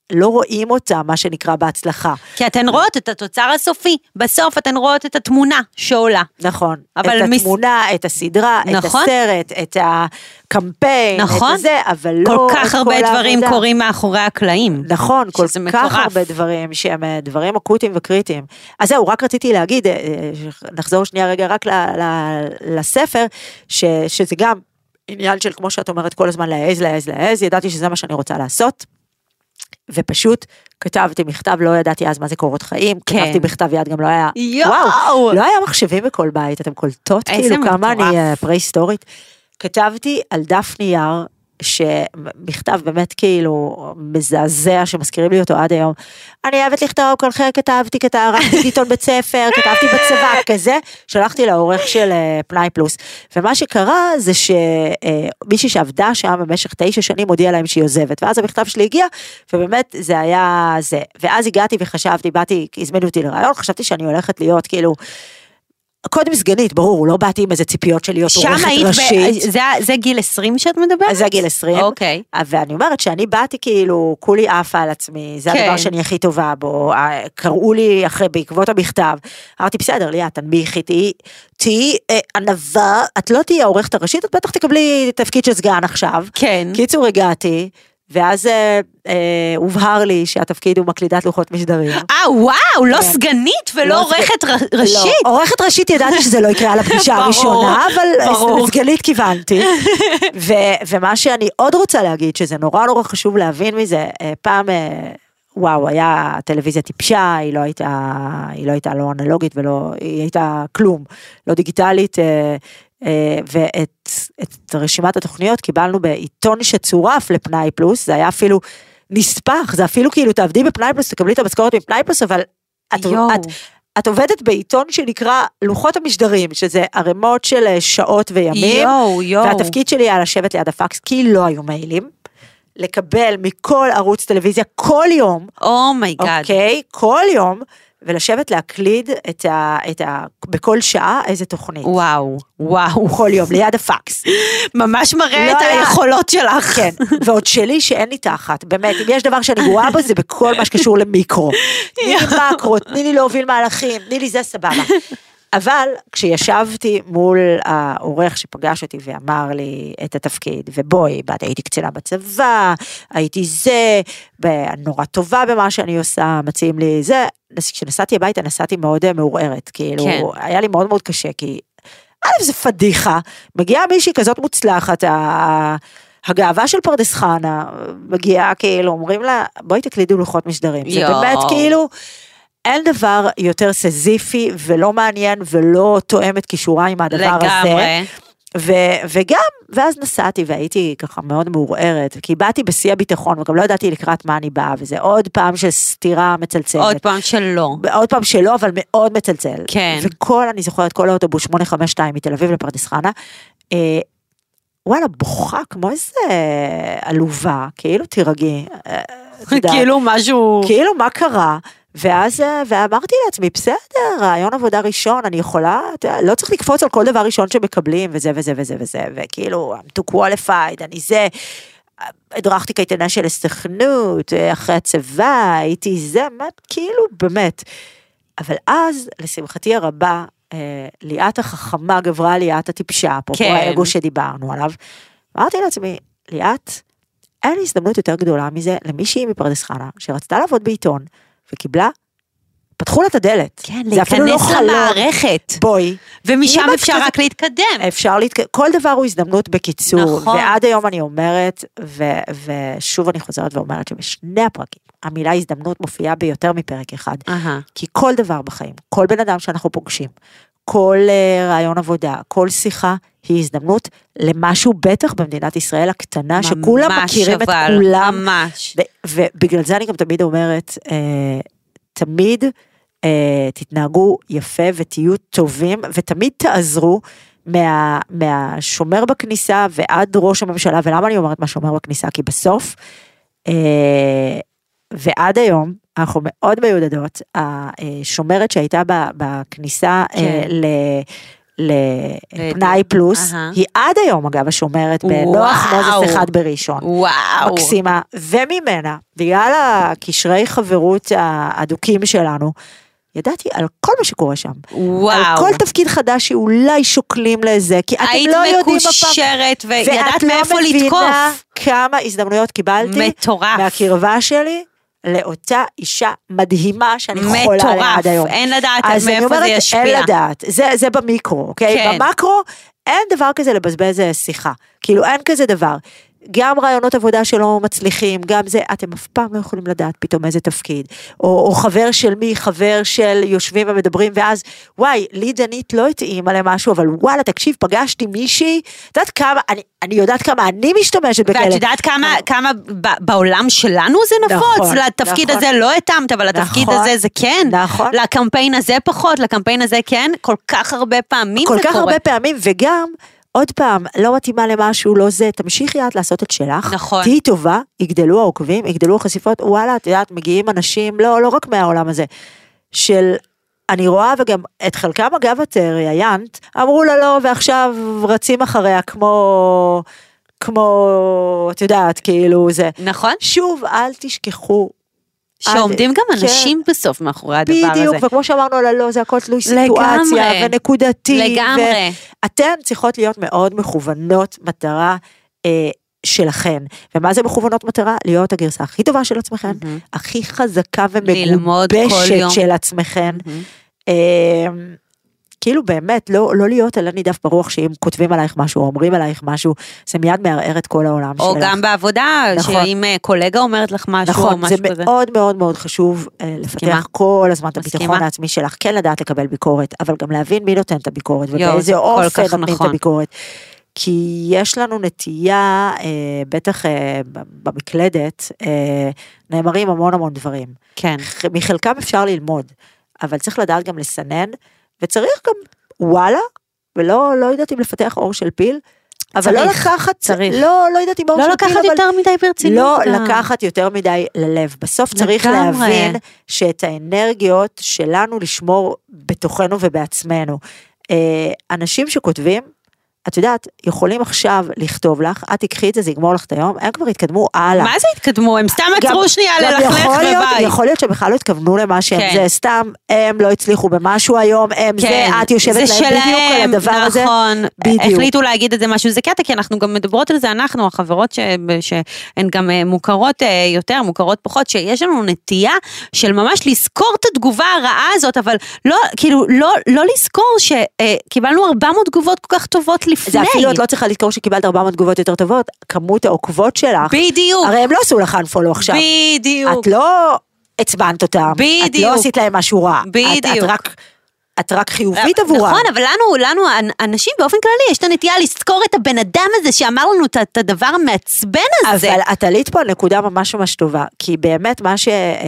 לא רואים אותה, מה שנקרא בהצלחה. כי אתן רואות את התוצר הסופי, בסוף אתן רואות את התמונה שעולה. נכון, אבל את מס... התמונה, את הסדרה, נכון? את הסרט, את הקמפיין, נכון? את זה, אבל לא כל את כך כל הרבה דברים העבודה. קורים מאחורי הקלעים. נכון, כל כך מטורף. הרבה דברים שהם דברים אקוטיים וקריטיים. אז זהו, רק רציתי להגיד, נחזור שנייה רגע רק ל, ל, לספר, ש, שזה גם עניין של, כמו שאת אומרת, כל הזמן להעז, להעז, להעז, ידעתי שזה מה שאני רוצה לעשות, ופשוט כתבתי מכתב, לא ידעתי אז מה זה קורות חיים, כן. כתבתי בכתב יד, גם לא היה, יואו. וואו, לא היה מחשבים בכל בית, אתם קולטות, איזה כאילו כמה מטורף. אני פרה-היסטורית, כתבתי על דף נייר, שמכתב באמת כאילו מזעזע, שמזכירים לי אותו עד היום, אני אוהבת לכתוב, כל חלק כתבתי, ערכתי עיתון בית ספר, כתבתי בצבא, כזה, שלחתי לעורך של פנאי פלוס, ומה שקרה זה שמישהי שעבדה שם במשך תשע שנים, הודיעה להם שהיא עוזבת, ואז המכתב שלי הגיע, ובאמת זה היה זה, ואז הגעתי וחשבתי, באתי, הזמינו אותי לרעיון, חשבתי שאני הולכת להיות כאילו, קודם סגנית, ברור, לא באתי עם איזה ציפיות של להיות עורכת ראשית. ב... זה, זה גיל עשרים שאת מדברת? זה גיל עשרים. אוקיי. ואני אומרת שאני באתי כאילו, כולי עפה על עצמי, זה כן. הדבר שאני הכי טובה בו, קראו לי אחרי, בעקבות המכתב, אמרתי, בסדר, ליה, תנמיכי, תהי, תהי ענווה, את לא תהי העורכת הראשית, את בטח תקבלי תפקיד של סגן עכשיו. כן. קיצור, הגעתי, ואז אה, אה, הובהר לי שהתפקיד הוא מקלידת לוחות משדרים. אה, וואו, לא סגנית ולא לא עורכת סג... ר... ראשית. לא, עורכת ראשית ידעתי שזה לא יקרה על הפגישה הראשונה, אבל ברור. סגנית כיוונתי. ו, ומה שאני עוד רוצה להגיד, שזה נורא נורא חשוב להבין מזה, פעם, וואו, היה טלוויזיה טיפשה, היא לא הייתה, היא לא הייתה לא אנלוגית ולא, היא הייתה כלום, לא דיגיטלית, ואת את רשימת התוכניות קיבלנו בעיתון שצורף לפנאי פלוס, זה היה אפילו נספח, זה אפילו כאילו תעבדי בפנאי פלוס, תקבלי את המשכורת בפנאי פלוס, אבל את, את, את עובדת בעיתון שנקרא לוחות המשדרים, שזה ערימות של שעות וימים, יו, יו. והתפקיד שלי היה לשבת ליד הפקס, כי לא היו מיילים, לקבל מכל ערוץ טלוויזיה כל יום, אומייגאד, אוקיי, כל יום, ולשבת להקליד את ה, את ה, בכל שעה איזה תוכנית. וואו, וואו. כל יום, ליד הפקס. ממש מראה לא את היה... היכולות שלך. כן, ועוד שלי שאין לי תחת, באמת, אם יש דבר שאני גרועה בו, זה בכל מה שקשור למיקרו. תני לי מקרו, תני לי להוביל מהלכים, תני לי זה סבבה. אבל כשישבתי מול העורך שפגש אותי ואמר לי את התפקיד, ובואי, בת, הייתי קצינה בצבא, הייתי זה, נורא טובה במה שאני עושה, מציעים לי זה, כשנסעתי הביתה נסעתי מאוד מעורערת, כאילו, כן. היה לי מאוד מאוד קשה, כי א' זה פדיחה, מגיעה מישהי כזאת מוצלחת, הגאווה של פרדס חנה, מגיעה כאילו, אומרים לה, בואי תקלידו לוחות משדרים, זה באמת כאילו, אין דבר יותר סזיפי ולא מעניין ולא תואם את כישורה עם הדבר לגמרי. הזה. ו- וגם, ואז נסעתי והייתי ככה מאוד מעורערת, כי באתי בשיא הביטחון, וגם לא ידעתי לקראת מה אני באה, וזה עוד פעם של סתירה מצלצלת. עוד פעם שלא. עוד פעם שלא, אבל מאוד מצלצל. כן. וכל, אני זוכרת, כל האוטובוס שמונה חמש שתיים מתל אביב לפרדס חנה, אה, וואלה, בוכה כמו איזה עלובה, כאילו תירגעי. כאילו משהו... כאילו מה קרה? ואז, ואמרתי לעצמי, בסדר, רעיון עבודה ראשון, אני יכולה, לא צריך לקפוץ על כל דבר ראשון שמקבלים, וזה וזה וזה וזה, וכאילו, I'm too qualified, אני זה, הדרכתי קייטנה של הסוכנות, אחרי הצבא, הייתי זה, מה, כאילו, באמת. אבל אז, לשמחתי הרבה, ליאת החכמה גברה ליאת הטיפשה, פה, כן. פה האגו שדיברנו עליו, אמרתי לעצמי, ליאת, אין לי הזדמנות יותר גדולה מזה, למישהי מפרדס חנה, שרצתה לעבוד בעיתון, וקיבלה, פתחו לה את הדלת. כן, להיכנס למערכת. בואי. ומשם אפשר רק להתקדם. אפשר להתקדם, כל דבר הוא הזדמנות בקיצור. נכון. ועד היום אני אומרת, ו- ושוב אני חוזרת ואומרת שבשני הפרקים, המילה הזדמנות מופיעה ביותר מפרק אחד. אהה. כי כל דבר בחיים, כל בן אדם שאנחנו פוגשים, כל uh, רעיון עבודה, כל שיחה, היא הזדמנות למשהו בטח במדינת ישראל הקטנה, שכולם מכירים את כולם. ממש. ו- ובגלל זה אני גם תמיד אומרת, uh, תמיד uh, תתנהגו יפה ותהיו טובים, ותמיד תעזרו מה, מהשומר בכניסה ועד ראש הממשלה, ולמה אני אומרת מה שומר בכניסה? כי בסוף, uh, ועד היום, אנחנו מאוד מיודדות, השומרת שהייתה בכניסה כן. לפנאי פלוס, היא עד היום אגב השומרת בנוח מוזס אחד בראשון. וואו. מקסימה, וממנה, בגלל הקשרי חברות האדוקים שלנו, ידעתי על כל מה שקורה שם. וואו. על כל תפקיד חדש שאולי שוקלים לזה, כי אתם לא יודעים היית מקושרת וידעת מאיפה לתקוף. ואת לא מבינה כמה הזדמנויות קיבלתי. מטורף. מהקרבה שלי. לאותה אישה מדהימה שאני חולה עליה עד היום. אין לדעת מאיפה זה ישפיע. אז אני אומרת, אין לדעת, זה, זה במיקרו, אוקיי? כן. במקרו, אין דבר כזה לבזבז שיחה, כאילו אין כזה דבר. גם רעיונות עבודה שלא מצליחים, גם זה, אתם אף פעם לא יכולים לדעת פתאום איזה תפקיד, או, או חבר של מי, חבר של יושבים ומדברים, ואז, וואי, לי דנית לא התאים עליהם משהו, אבל וואלה, תקשיב, פגשתי מישהי, את יודעת כמה, אני, אני יודעת כמה אני משתמשת בכאלה. ואת יודעת כמה, כמה בעולם שלנו זה נפוץ, נכון, לתפקיד נכון. הזה לא התאמת, אבל לתפקיד נכון, הזה זה כן, נכון. לקמפיין הזה פחות, לקמפיין הזה כן, כל כך הרבה פעמים כל זה כך קורה. הרבה פעמים, וגם, עוד פעם, לא מתאימה למשהו, לא זה, תמשיכי את לעשות את שלך, נכון. תהי טובה, יגדלו העוקבים, יגדלו החשיפות, וואלה, את יודעת, מגיעים אנשים, לא, לא רק מהעולם הזה, של, אני רואה, וגם את חלקם אגב את ראיינת, אמרו לה לא, ועכשיו רצים אחריה, כמו, כמו, את יודעת, כאילו זה. נכון. שוב, אל תשכחו, שעומדים גם אנשים בסוף מאחורי הדבר הזה. בדיוק, וכמו שאמרנו על הלא, זה הכל תלוי סיטואציה ונקודתי. לגמרי. ואתן צריכות להיות מאוד מכוונות מטרה שלכן. ומה זה מכוונות מטרה? להיות הגרסה הכי טובה של עצמכן, הכי חזקה ומגובשת של עצמכן. כאילו באמת, לא, לא להיות על הנידף ברוח שאם כותבים עלייך משהו, או אומרים עלייך משהו, זה מיד מערער את כל העולם או שלך. או גם בעבודה, נכון. שאם קולגה אומרת לך משהו, נכון, או משהו כזה. נכון, זה מאוד מאוד מאוד חשוב לפתח כל הזמן את הביטחון העצמי שלך, כן לדעת לקבל ביקורת, אבל גם להבין מי נותן את הביקורת, ובאיזה אופן נותנים נכון. את הביקורת. כי יש לנו נטייה, אה, בטח אה, במקלדת, אה, נאמרים המון המון דברים. כן. מחלקם אפשר ללמוד, אבל צריך לדעת גם לסנן, וצריך גם וואלה, ולא לא יודעת אם לפתח אור של פיל, אבל צריך, לא לקחת, צריך. לא, לא יודעת אם אור לא של פיל, לקחת יותר מדי ברצינות. לא גם. לקחת יותר מדי ללב. בסוף צריך לגמרי. להבין שאת האנרגיות שלנו לשמור בתוכנו ובעצמנו. אנשים שכותבים, את יודעת, יכולים עכשיו לכתוב לך, את תקחי את זה, זה יגמור לך את היום, הם כבר התקדמו הלאה. מה זה התקדמו? הם סתם עצרו שנייה ללכלך וביי. יכול להיות שבכלל לא התכוונו למה שהם, זה סתם, הם לא הצליחו במשהו היום, הם זה, את יושבת להם בדיוק על הדבר הזה. נכון, החליטו להגיד את זה משהו, זה קטע, כי אנחנו גם מדברות על זה, אנחנו, החברות שהן גם מוכרות יותר, מוכרות פחות, שיש לנו נטייה של ממש לזכור את התגובה הרעה הזאת, אבל לא, כאילו, לא לזכור שקיבלנו ארבע מאות תגובות כל כך טובות לפני. זה אפילו את לא צריכה לזכור שקיבלת ארבע מאות תגובות יותר טובות, כמות העוקבות שלך. בדיוק. הרי הם לא עשו לך unfollow עכשיו. בדיוק. את לא הצבנת אותם. בדיוק. את לא עשית להם משהו רע. בדיוק. את, את רק... את רק חיובית עבורה. נכון, אבל לנו, לנו, אנשים באופן כללי, יש את הנטייה לזכור את הבן אדם הזה, שאמר לנו את הדבר המעצבן הזה. אבל את עלית פה נקודה ממש ממש טובה, כי באמת מה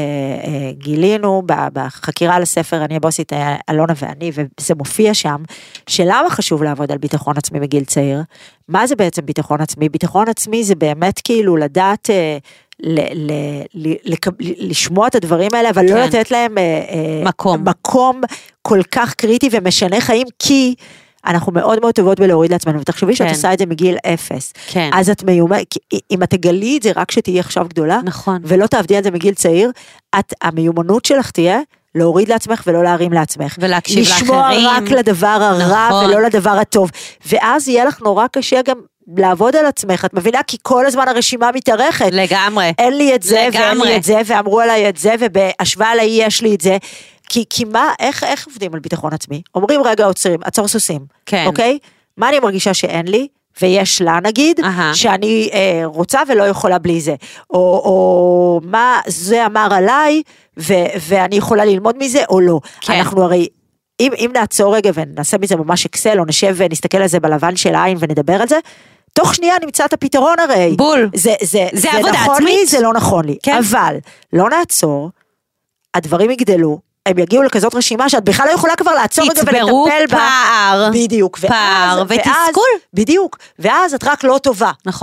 שגילינו בחקירה על הספר, אני הבוסית אלונה ואני, וזה מופיע שם, שלמה חשוב לעבוד על ביטחון עצמי בגיל צעיר? מה זה בעצם ביטחון עצמי? ביטחון עצמי זה באמת כאילו לדעת... ל- ל- ל- לשמוע את הדברים האלה, אבל כן. לא לתת להם מקום. מקום כל כך קריטי ומשנה חיים, כי אנחנו מאוד מאוד טובות בלהוריד לעצמנו, ותחשבי שאת כן. עושה את זה מגיל אפס, כן. אז את מיומנת, אם את תגלי את זה רק שתהיי עכשיו גדולה, נכון. ולא תעבדי את זה מגיל צעיר, את, המיומנות שלך תהיה, להוריד לעצמך ולא להרים לעצמך. ולהקשיב לאחרים. לשמוע רק לדבר הרע נכון. ולא לדבר הטוב. ואז יהיה לך נורא קשה גם לעבוד על עצמך, את מבינה? כי כל הזמן הרשימה מתארכת. לגמרי. אין לי את זה, לגמרי. ואין לי את זה, ואמרו עליי את זה, ובהשוואה עליי יש לי את זה. כי, כי מה, איך, איך עובדים על ביטחון עצמי? אומרים רגע עוצרים, עצור סוסים. כן. אוקיי? מה אני מרגישה שאין לי? ויש לה נגיד, uh-huh. שאני אה, רוצה ולא יכולה בלי זה. או, או מה זה אמר עליי, ו, ואני יכולה ללמוד מזה או לא. כן. אנחנו הרי... אם, אם נעצור רגע ונעשה מזה ממש אקסל, או נשב ונסתכל על זה בלבן של העין ונדבר על זה, תוך שנייה נמצא את הפתרון הרי. בול. זה, זה, זה, זה עבודה נכון עצמית. לי, זה לא נכון לי. כן. אבל לא נעצור, הדברים יגדלו, הם יגיעו לכזאת רשימה שאת בכלל לא יכולה כבר לעצור רגע ולטפל בה. תצברו פער. בדיוק. פער ואז, ותסכול. ואז, בדיוק. ואז את רק לא טובה. נכון.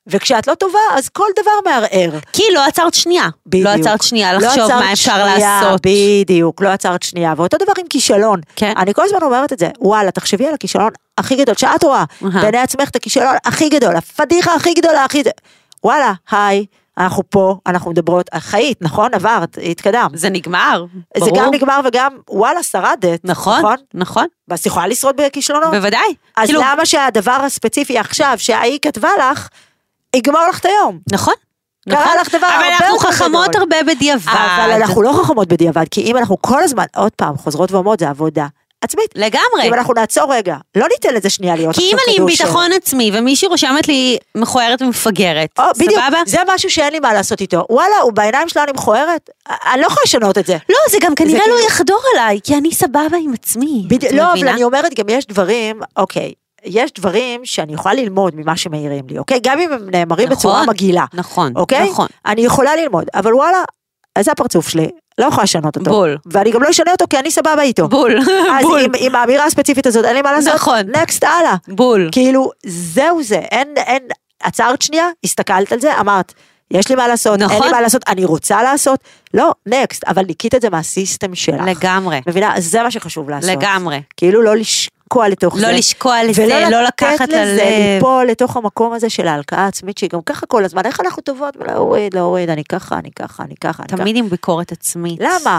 וכשאת לא טובה, אז כל דבר מערער. כי לא עצרת שנייה. בדיוק. לא עצרת שנייה לחשוב לא מה אפשר שנייה, לעשות. בדיוק, לא עצרת שנייה. ואותו דבר עם כישלון. כן. אני כל הזמן אומרת את זה, וואלה, תחשבי על הכישלון הכי גדול, שאת רואה, בעיני עצמך את הכישלון הכי גדול, הפדיחה הכי גדולה, הכי... וואלה, היי, אנחנו פה, אנחנו מדברות, חיית, נכון? עברת, התקדם. זה נגמר, ברור. זה גם נגמר וגם, וואלה, שרדת. נכון, נכון. נכון. ואז יכולה לשרוד בכישלונות. בוודאי. אז כאילו... למה שהדבר הספציפי עכשיו, שהיא כתבה לך, יגמור לך את היום? נכון. קרה נכון. לך דבר הרבה אבל יותר אנחנו חכמות גדול. הרבה בדיעבד. אבל אנחנו לא חכמות בדיעבד, כי אם אנחנו כל הזמן, עוד פעם, חוזרות ואומרות, זה עבודה עצמית. לגמרי. אם אנחנו נעצור רגע, לא ניתן לזה שנייה להיות. כי אם אני עם ביטחון עצמי, ומישהי רושמת לי מכוערת ומפגרת, בדיוק, סבבה? זה משהו שאין לי מה לעשות איתו. וואלה, הוא בעיניים שלה אני מכוערת, אני לא יכולה לשנות את זה. לא, זה גם כנראה זה לא כאילו- יחדור עליי, כי אני סבבה עם עצמי. בדי- את לא, אבל מבינה? אני אומרת, גם יש דברים, אוקיי, יש דברים שאני יכולה ללמוד ממה שמעירים לי, אוקיי? גם אם הם נאמרים נכון, בצורה מגעילה. נכון, אוקיי? נכון. אני יכולה ללמוד, אבל וואלה, זה הפרצוף שלי, לא יכולה לשנות אותו. בול. ואני גם לא אשנה אותו, כי אני סבבה איתו. בול, אז בול, עם, עם האמירה הספציפית הזאת, אין לי מה לעשות. נכון. נקסט, הלאה. בול. כאילו, זהו זה, אין, אין, עצרת שנייה, הסתכלת על זה, אמרת, יש לי מה לעשות, נכון. אין לי מה לעשות, אני רוצה לעשות, לא, נקסט, אבל ניקית את זה מהסיסטם שלך. לגמרי, מבינה? זה מה שחשוב לעשות. לגמרי. כאילו לא לשקוע לתוך לא זה. לשקוע לזה, ולא לא לתת לקחת לזה, ללב. ליפול לתוך המקום הזה של ההלקאה העצמית, שהיא גם ככה כל הזמן, איך אנחנו טובות, ולהוריד, להוריד, אני ככה, אני ככה, אני ככה, אני ככה. תמיד עם ביקורת עצמית. למה?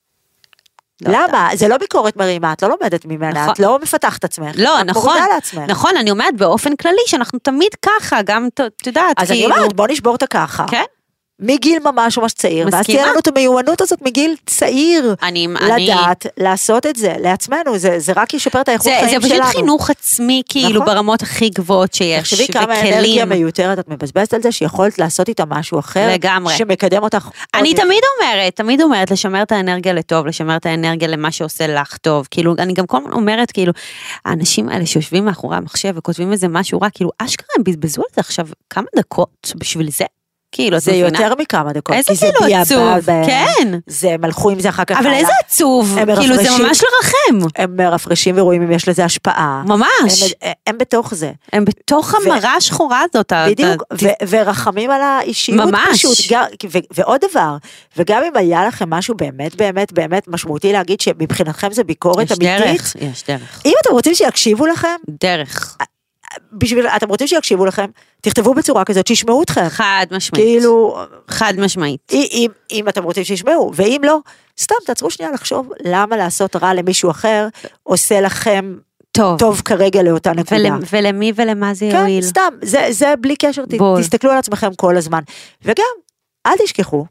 לא למה? זה לא ביקורת מרימה, את לא לומדת ממנה, נכון. את לא מפתחת עצמך. לא, את נכון, מורידה לעצמך. נכון, אני אומרת באופן כללי שאנחנו תמיד ככה, גם, את יודעת, אז אני אומרת, בוא נשבור את הככה. כן? מגיל ממש ממש צעיר, ואז מסכימה. תהיה לנו את המיומנות הזאת מגיל צעיר, אני, אני, לדעת, לעשות את זה, לעצמנו, זה, זה רק ישפר את האיכות זה, חיים זה שלנו. פשוט חינוך עצמי, כאילו, נכון. ברמות הכי גבוהות שיש, תחשבי כמה אנרגיה וכלים. מיותרת את מבזבזת על זה, שיכולת לעשות איתה משהו אחר, לגמרי. שמקדם אותך. אני עוד תמיד אומרת, תמיד אומרת, לשמר את האנרגיה לטוב, לשמר את האנרגיה למה שעושה לך טוב, כאילו, אני גם כל הזמן אומרת, כאילו, האנשים האלה שיושבים מאחורי המחשב, וכותבים איזה משהו רע, כאילו, אשכרה הם בזבזו על זה עכשיו כמה דקות בשביל זה, כאילו, את זה מבינה? יותר מכמה דקות. איזה כי זה כאילו ביעבע עצוב, בהם. כן. זה הם הלכו עם זה אחר כך. אבל הלאה. איזה עצוב, הם כאילו, זה מרפרשים. ממש לרחם, הם מרפרשים ורואים אם יש לזה השפעה. ממש. הם, הם בתוך זה. הם בתוך המראה השחורה הזאת. בדיוק, אתה- ו- ורחמים על האישיות ממש. פשוט. גם- ו- ועוד דבר, וגם אם היה לכם משהו באמת באמת באמת משמעותי להגיד שמבחינתכם זה ביקורת יש אמיתית, דרך, יש דרך, אם אתם רוצים שיקשיבו לכם, דרך, בשביל, אתם רוצים שיקשיבו לכם, תכתבו בצורה כזאת, שישמעו אתכם. חד משמעית, כאילו, חד משמעית. אם, אם אתם רוצים שישמעו, ואם לא, סתם תעצרו שנייה לחשוב למה לעשות רע למישהו אחר, עושה לכם טוב, טוב כרגע לאותה נקודה. ול, ולמי ולמה זה כן, יועיל? סתם, זה, זה בלי קשר, ת, בול. תסתכלו על עצמכם כל הזמן. וגם, אל תשכחו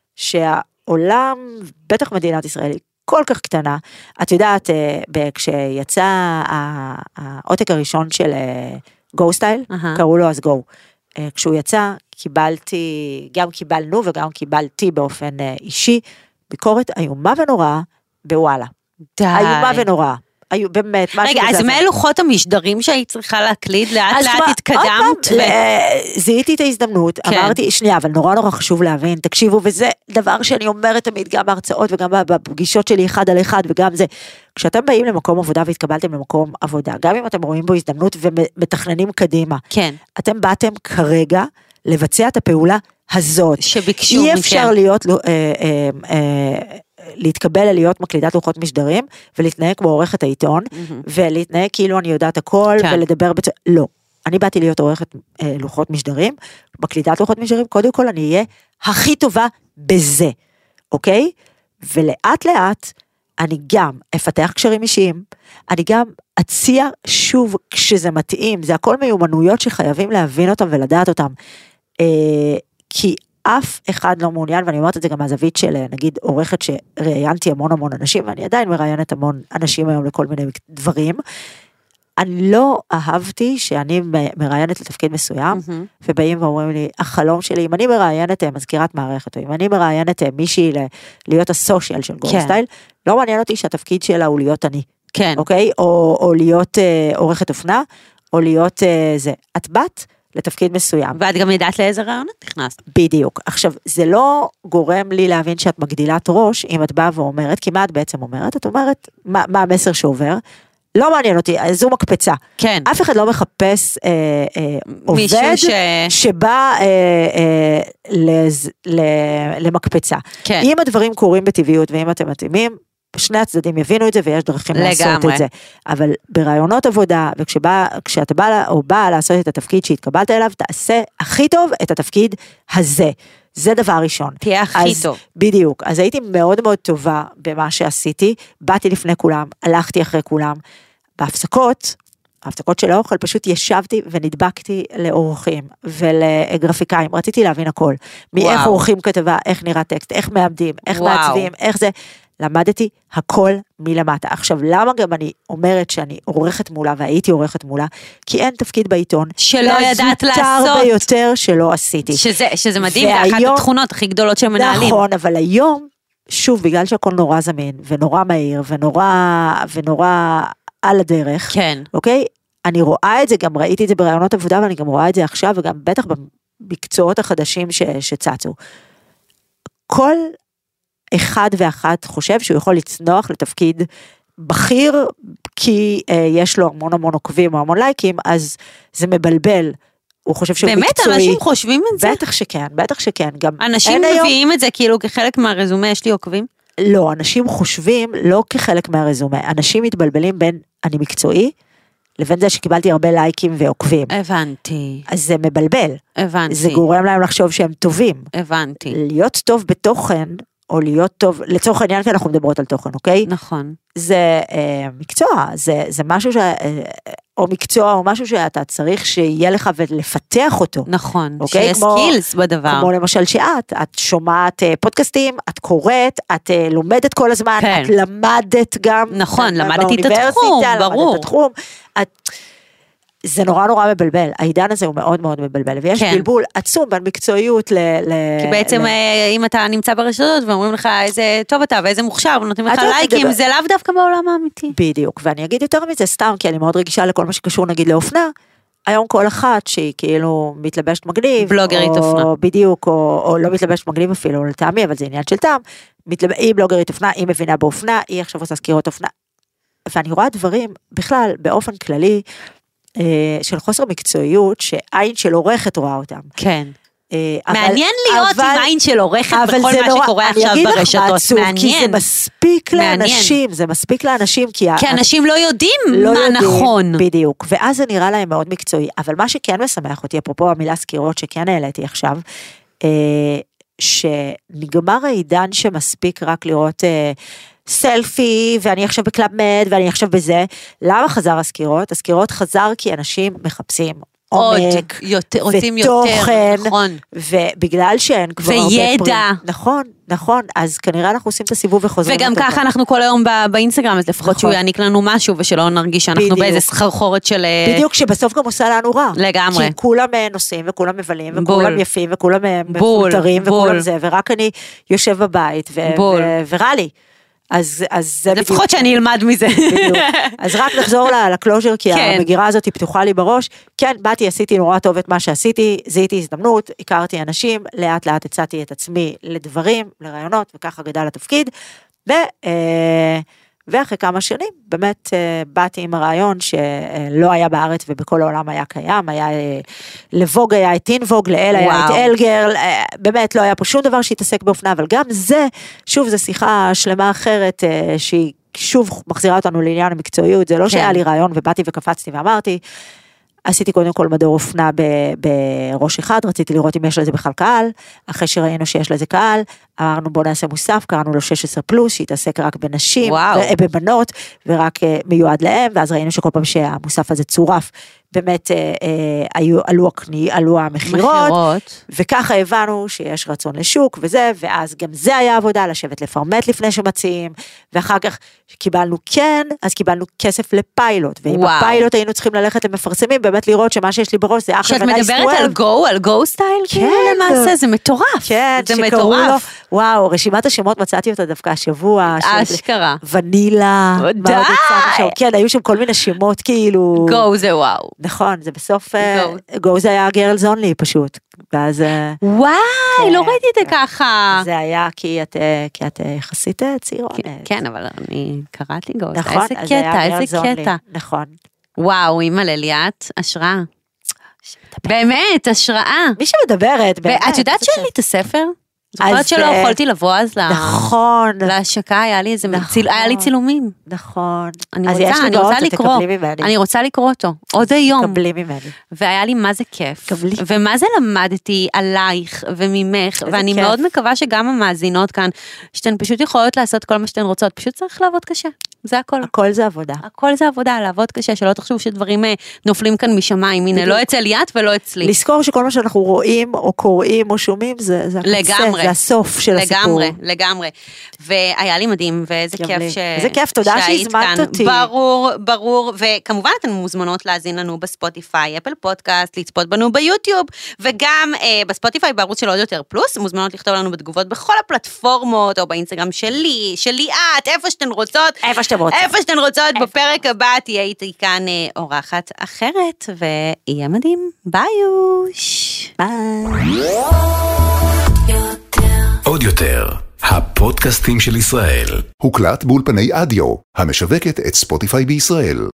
שהעולם, בטח מדינת ישראל, היא כל כך קטנה. את יודעת, אה, ב- כשיצא ה- העותק הראשון של גו סטייל, אהה. קראו לו אז גו. אה, כשהוא יצא, קיבלתי, גם קיבלנו וגם קיבלתי באופן אה, אישי, ביקורת איומה ונוראה בוואלה. די. איומה ונוראה. היו, באמת, משהו רגע, אז מזעזע. מה לוחות המשדרים שהיית צריכה להקליד? לאט אז לאט מה, התקדמת? עוד פעם, ו- ל- זיהיתי את ההזדמנות, כן. אמרתי, שנייה, אבל נורא נורא חשוב להבין, תקשיבו, וזה דבר שאני אומרת תמיד, גם בהרצאות וגם בפגישות שלי אחד על אחד, וגם זה, כשאתם באים למקום עבודה והתקבלתם למקום עבודה, גם אם אתם רואים בו הזדמנות ומתכננים קדימה, כן, אתם באתם כרגע לבצע את הפעולה הזאת. שביקשו אי מכם. אפשר להיות, אה, אה, אה, להתקבל ללהיות מקלידת לוחות משדרים, ולהתנהג כמו עורכת העיתון, ולהתנהג כאילו אני יודעת הכל, כן. ולדבר בצ... לא. אני באתי להיות עורכת אה, לוחות משדרים, מקלידת לוחות משדרים, קודם כל אני אהיה הכי טובה בזה, אוקיי? ולאט לאט, אני גם אפתח קשרים אישיים, אני גם אציע שוב כשזה מתאים, זה הכל מיומנויות שחייבים להבין אותם ולדעת אותם, אה, כי אף אחד לא מעוניין, ואני אומרת את זה גם מהזווית של, נגיד, עורכת שראיינתי המון המון אנשים, ואני עדיין מראיינת המון אנשים היום לכל מיני דברים, אני לא אהבתי שאני מראיינת לתפקיד מסוים, ובאים ואומרים לי, החלום שלי, אם אני מראיינת מזכירת מערכת, או אם אני מראיינת מישהי להיות הסושיאל של גורסטייל, לא מעניין אותי שהתפקיד שלה הוא להיות אני, כן. אוקיי? או, או להיות עורכת אופנה, או להיות זה. את בת לתפקיד מסוים. ואת גם ידעת לאיזה רעיונות נכנסת. בדיוק. עכשיו, זה לא גורם לי להבין שאת מגדילת ראש, אם את באה ואומרת, כי מה את בעצם אומרת? את אומרת, מה, מה המסר שעובר? לא מעניין אותי, זו מקפצה. כן. אף אחד לא מחפש אה, אה, עובד ש... שבא אה, אה, לז, ל, למקפצה. כן. אם הדברים קורים בטבעיות ואם אתם מתאימים, שני הצדדים יבינו את זה ויש דרכים לגמרי. לעשות את זה. אבל ברעיונות עבודה, וכשאתה בא או בא לעשות את התפקיד שהתקבלת אליו, תעשה הכי טוב את התפקיד הזה. זה דבר ראשון. תהיה הכי אז, טוב. בדיוק. אז הייתי מאוד מאוד טובה במה שעשיתי, באתי לפני כולם, הלכתי אחרי כולם, בהפסקות, ההפסקות של האוכל, פשוט ישבתי ונדבקתי לאורחים ולגרפיקאים, רציתי להבין הכל. מאיך עורכים כתבה, איך נראה טקסט, איך מעבדים, איך וואו. מעצבים, איך זה... למדתי הכל מלמטה. עכשיו, למה גם אני אומרת שאני עורכת מולה, והייתי עורכת מולה, כי אין תפקיד בעיתון, שלא ידעת לעשות. והזוטר ביותר שלא עשיתי. שזה, שזה מדהים, זה אחת התכונות הכי גדולות של מנהלים. נכון, אבל היום, שוב, בגלל שהכל נורא זמין, ונורא מהיר, ונורא, ונורא על הדרך, כן. אוקיי? אני רואה את זה, גם ראיתי את זה ברעיונות עבודה, ואני גם רואה את זה עכשיו, וגם בטח במקצועות החדשים ש, שצצו. כל אחד ואחת חושב שהוא יכול לצנוח לתפקיד בכיר, כי אה, יש לו המון המון עוקבים או המון לייקים, אז זה מבלבל. הוא חושב שהוא באמת, מקצועי. באמת, אנשים חושבים את זה? בטח שכן, בטח שכן. גם אנשים מביאים היום... את זה כאילו כחלק מהרזומה, יש לי עוקבים? לא, אנשים חושבים לא כחלק מהרזומה. אנשים מתבלבלים בין אני מקצועי, לבין זה שקיבלתי הרבה לייקים ועוקבים. הבנתי. אז זה מבלבל. הבנתי. זה גורם להם לחשוב שהם טובים. הבנתי. להיות טוב בתוכן, או להיות טוב, לצורך העניין כי אנחנו מדברות על תוכן, אוקיי? נכון. זה אה, מקצוע, זה, זה משהו ש... אה, או מקצוע, או משהו שאתה צריך שיהיה לך ולפתח אותו. נכון, אוקיי? שיהיה כמו, סקילס בדבר. כמו למשל שאת, את שומעת אה, פודקאסטים, את קוראת, את אה, לומדת כל הזמן, כן. את למדת גם. נכון, למדתי את התחום, ברור. למדת את התחום, את... זה נורא נורא מבלבל, העידן הזה הוא מאוד מאוד מבלבל, ויש כן. בלבול עצום בין מקצועיות ל... ל כי בעצם ל... אם אתה נמצא ברשתות ואומרים לך איזה טוב אתה ואיזה מוכשר, ונותנים לך לייקים, דבר... זה לאו דווקא בעולם האמיתי. בדיוק, ואני אגיד יותר מזה סתם, כי אני מאוד רגישה לכל מה שקשור נגיד לאופנה, היום כל אחת שהיא כאילו מתלבשת מגניב, בלוגרית או... אופנה. בדיוק, או, או לא מתלבשת מגניב אפילו, לטעמי, אבל זה עניין של טעם, מתלב... היא בלוגרית אופנה, היא מבינה באופנה, היא עכשיו עושה סקירות אופנה, ואני רואה דברים בכלל באופן כללי, של חוסר מקצועיות, שעין של עורכת רואה אותם. כן. אבל, מעניין להיות אבל, עם עין של עורכת בכל מה נורא, שקורה עכשיו ברשתות. מעצוב, מעניין. כי זה מספיק מעניין. לאנשים, זה מספיק לאנשים, כי... כי אנשים לא יודעים לא מה יודעים, נכון. בדיוק, ואז זה נראה להם מאוד מקצועי, אבל מה שכן משמח אותי, אפרופו המילה סקירות שכן העליתי עכשיו, שנגמר העידן שמספיק רק לראות... סלפי, ואני עכשיו בקלאב מד, ואני עכשיו בזה. למה חזר הסקירות? הסקירות חזר כי אנשים מחפשים עומק, יותר, רוצים ותוכן, יותר, נכון. ובגלל שאין כבר הרבה וידע. פרים. נכון, נכון, אז כנראה אנחנו עושים את הסיבוב וחוזרים. וגם ככה אנחנו כל היום באינסטגרם, אז לפחות שהוא יעניק לנו משהו, ושלא נרגיש שאנחנו באיזה סחרחורת של... בדיוק, שבסוף גם עושה לנו רע. לגמרי. כי כולם נוסעים, וכולם מבלים, וכולם יפים, וכולם מפוטרים, וכולם זה, ורק אני יושב בבית, ורע לי. אז, אז זה בדיוק. לפחות שאני אלמד מזה. בדיוק. אז רק לחזור לקלוז'ר, כי כן. המגירה הזאת היא פתוחה לי בראש. כן, באתי, עשיתי נורא טוב את מה שעשיתי, זיהיתי הזדמנות, הכרתי אנשים, לאט לאט הצעתי את עצמי לדברים, לרעיונות, וככה גדל התפקיד. ו... ואחרי כמה שנים, באמת באתי עם הרעיון שלא היה בארץ ובכל העולם היה קיים, היה לבוג היה את טינבוג, לאל היה את אלגר, באמת לא היה פה שום דבר שהתעסק באופנה, אבל גם זה, שוב זו שיחה שלמה אחרת, שהיא שוב מחזירה אותנו לעניין המקצועיות, זה לא שהיה לי רעיון ובאתי וקפצתי ואמרתי, עשיתי קודם כל מדור אופנה בראש אחד, רציתי לראות אם יש לזה בכלל קהל, אחרי שראינו שיש לזה קהל, אמרנו בוא נעשה מוסף, קראנו לו שש עשרה פלוס, שהתעסק רק בנשים, בבנות, ורק מיועד להם, ואז ראינו שכל פעם שהמוסף הזה צורף, באמת היו, עלו, עלו המחירות, וככה הבנו שיש רצון לשוק וזה, ואז גם זה היה עבודה, לשבת לפרמט לפני שמציעים, ואחר כך קיבלנו כן, אז קיבלנו כסף לפיילוט, ואם בפיילוט היינו צריכים ללכת למפרסמים, באמת לראות שמה שיש לי בראש זה אחלה ונייס טו מדברת על גו, על גו סטייל? כן. למעשה, זה מטורף. כן, זה מטורף. וואו, רשימת השמות מצאתי אותה דווקא השבוע. אשכרה. ונילה. די. כן, היו שם כל מיני שמות כאילו. גו זה וואו. נכון, זה בסוף, גו זה היה גרלס אונלי פשוט. ואז... וואי, לא ראיתי את זה ככה. זה היה כי את, כי את יחסית צעירה. כן, אבל אני קראתי גאות. נכון, איזה קטע, איזה קטע. נכון. וואו, אימא לליאת, השראה. באמת, השראה. מי שמדברת, באמת. ואת יודעת שהיה לי את הספר? זוכרת שלא יכולתי לבוא אז להשקה, היה לי איזה, היה לי צילומים. נכון. אני רוצה, אני רוצה לקרוא, אני רוצה לקרוא אותו, עוד היום. קבלי ממני. והיה לי מה זה כיף, ומה זה למדתי עלייך וממך, ואני מאוד מקווה שגם המאזינות כאן, שאתן פשוט יכולות לעשות כל מה שאתן רוצות, פשוט צריך לעבוד קשה. זה הכל. הכל זה עבודה. הכל זה עבודה, לעבוד קשה, שלא תחשבו שדברים נופלים כאן משמיים, הנה, לא אצל ליאת ולא אצלי. לזכור שכל מה שאנחנו רואים או קוראים או שומעים, זה הקצה, זה הסוף של הסיפור. לגמרי, לגמרי. והיה לי מדהים, ואיזה כיף ש... איזה כיף, תודה שהזמנת אותי. ברור, ברור, וכמובן אתן מוזמנות להאזין לנו בספוטיפיי, אפל פודקאסט, לצפות בנו ביוטיוב, וגם בספוטיפיי בערוץ של עוד יותר פלוס, מוזמנות לכתוב לנו בתגובות בכל הפלטפורמות, או באינסטגרם שלי, של ליאת, איפה שאתן רוצות. איפה שאתן רוצות. איפה שאתן רוצות, בפרק הבא תהיה איתי כאן אורחת אחרת, ויהיה מדהים. ביוש. ביי. עוד יותר, הפודקאסטים של ישראל. הוקלט באולפני אדיו, המשווקת את ספוטיפיי בישראל.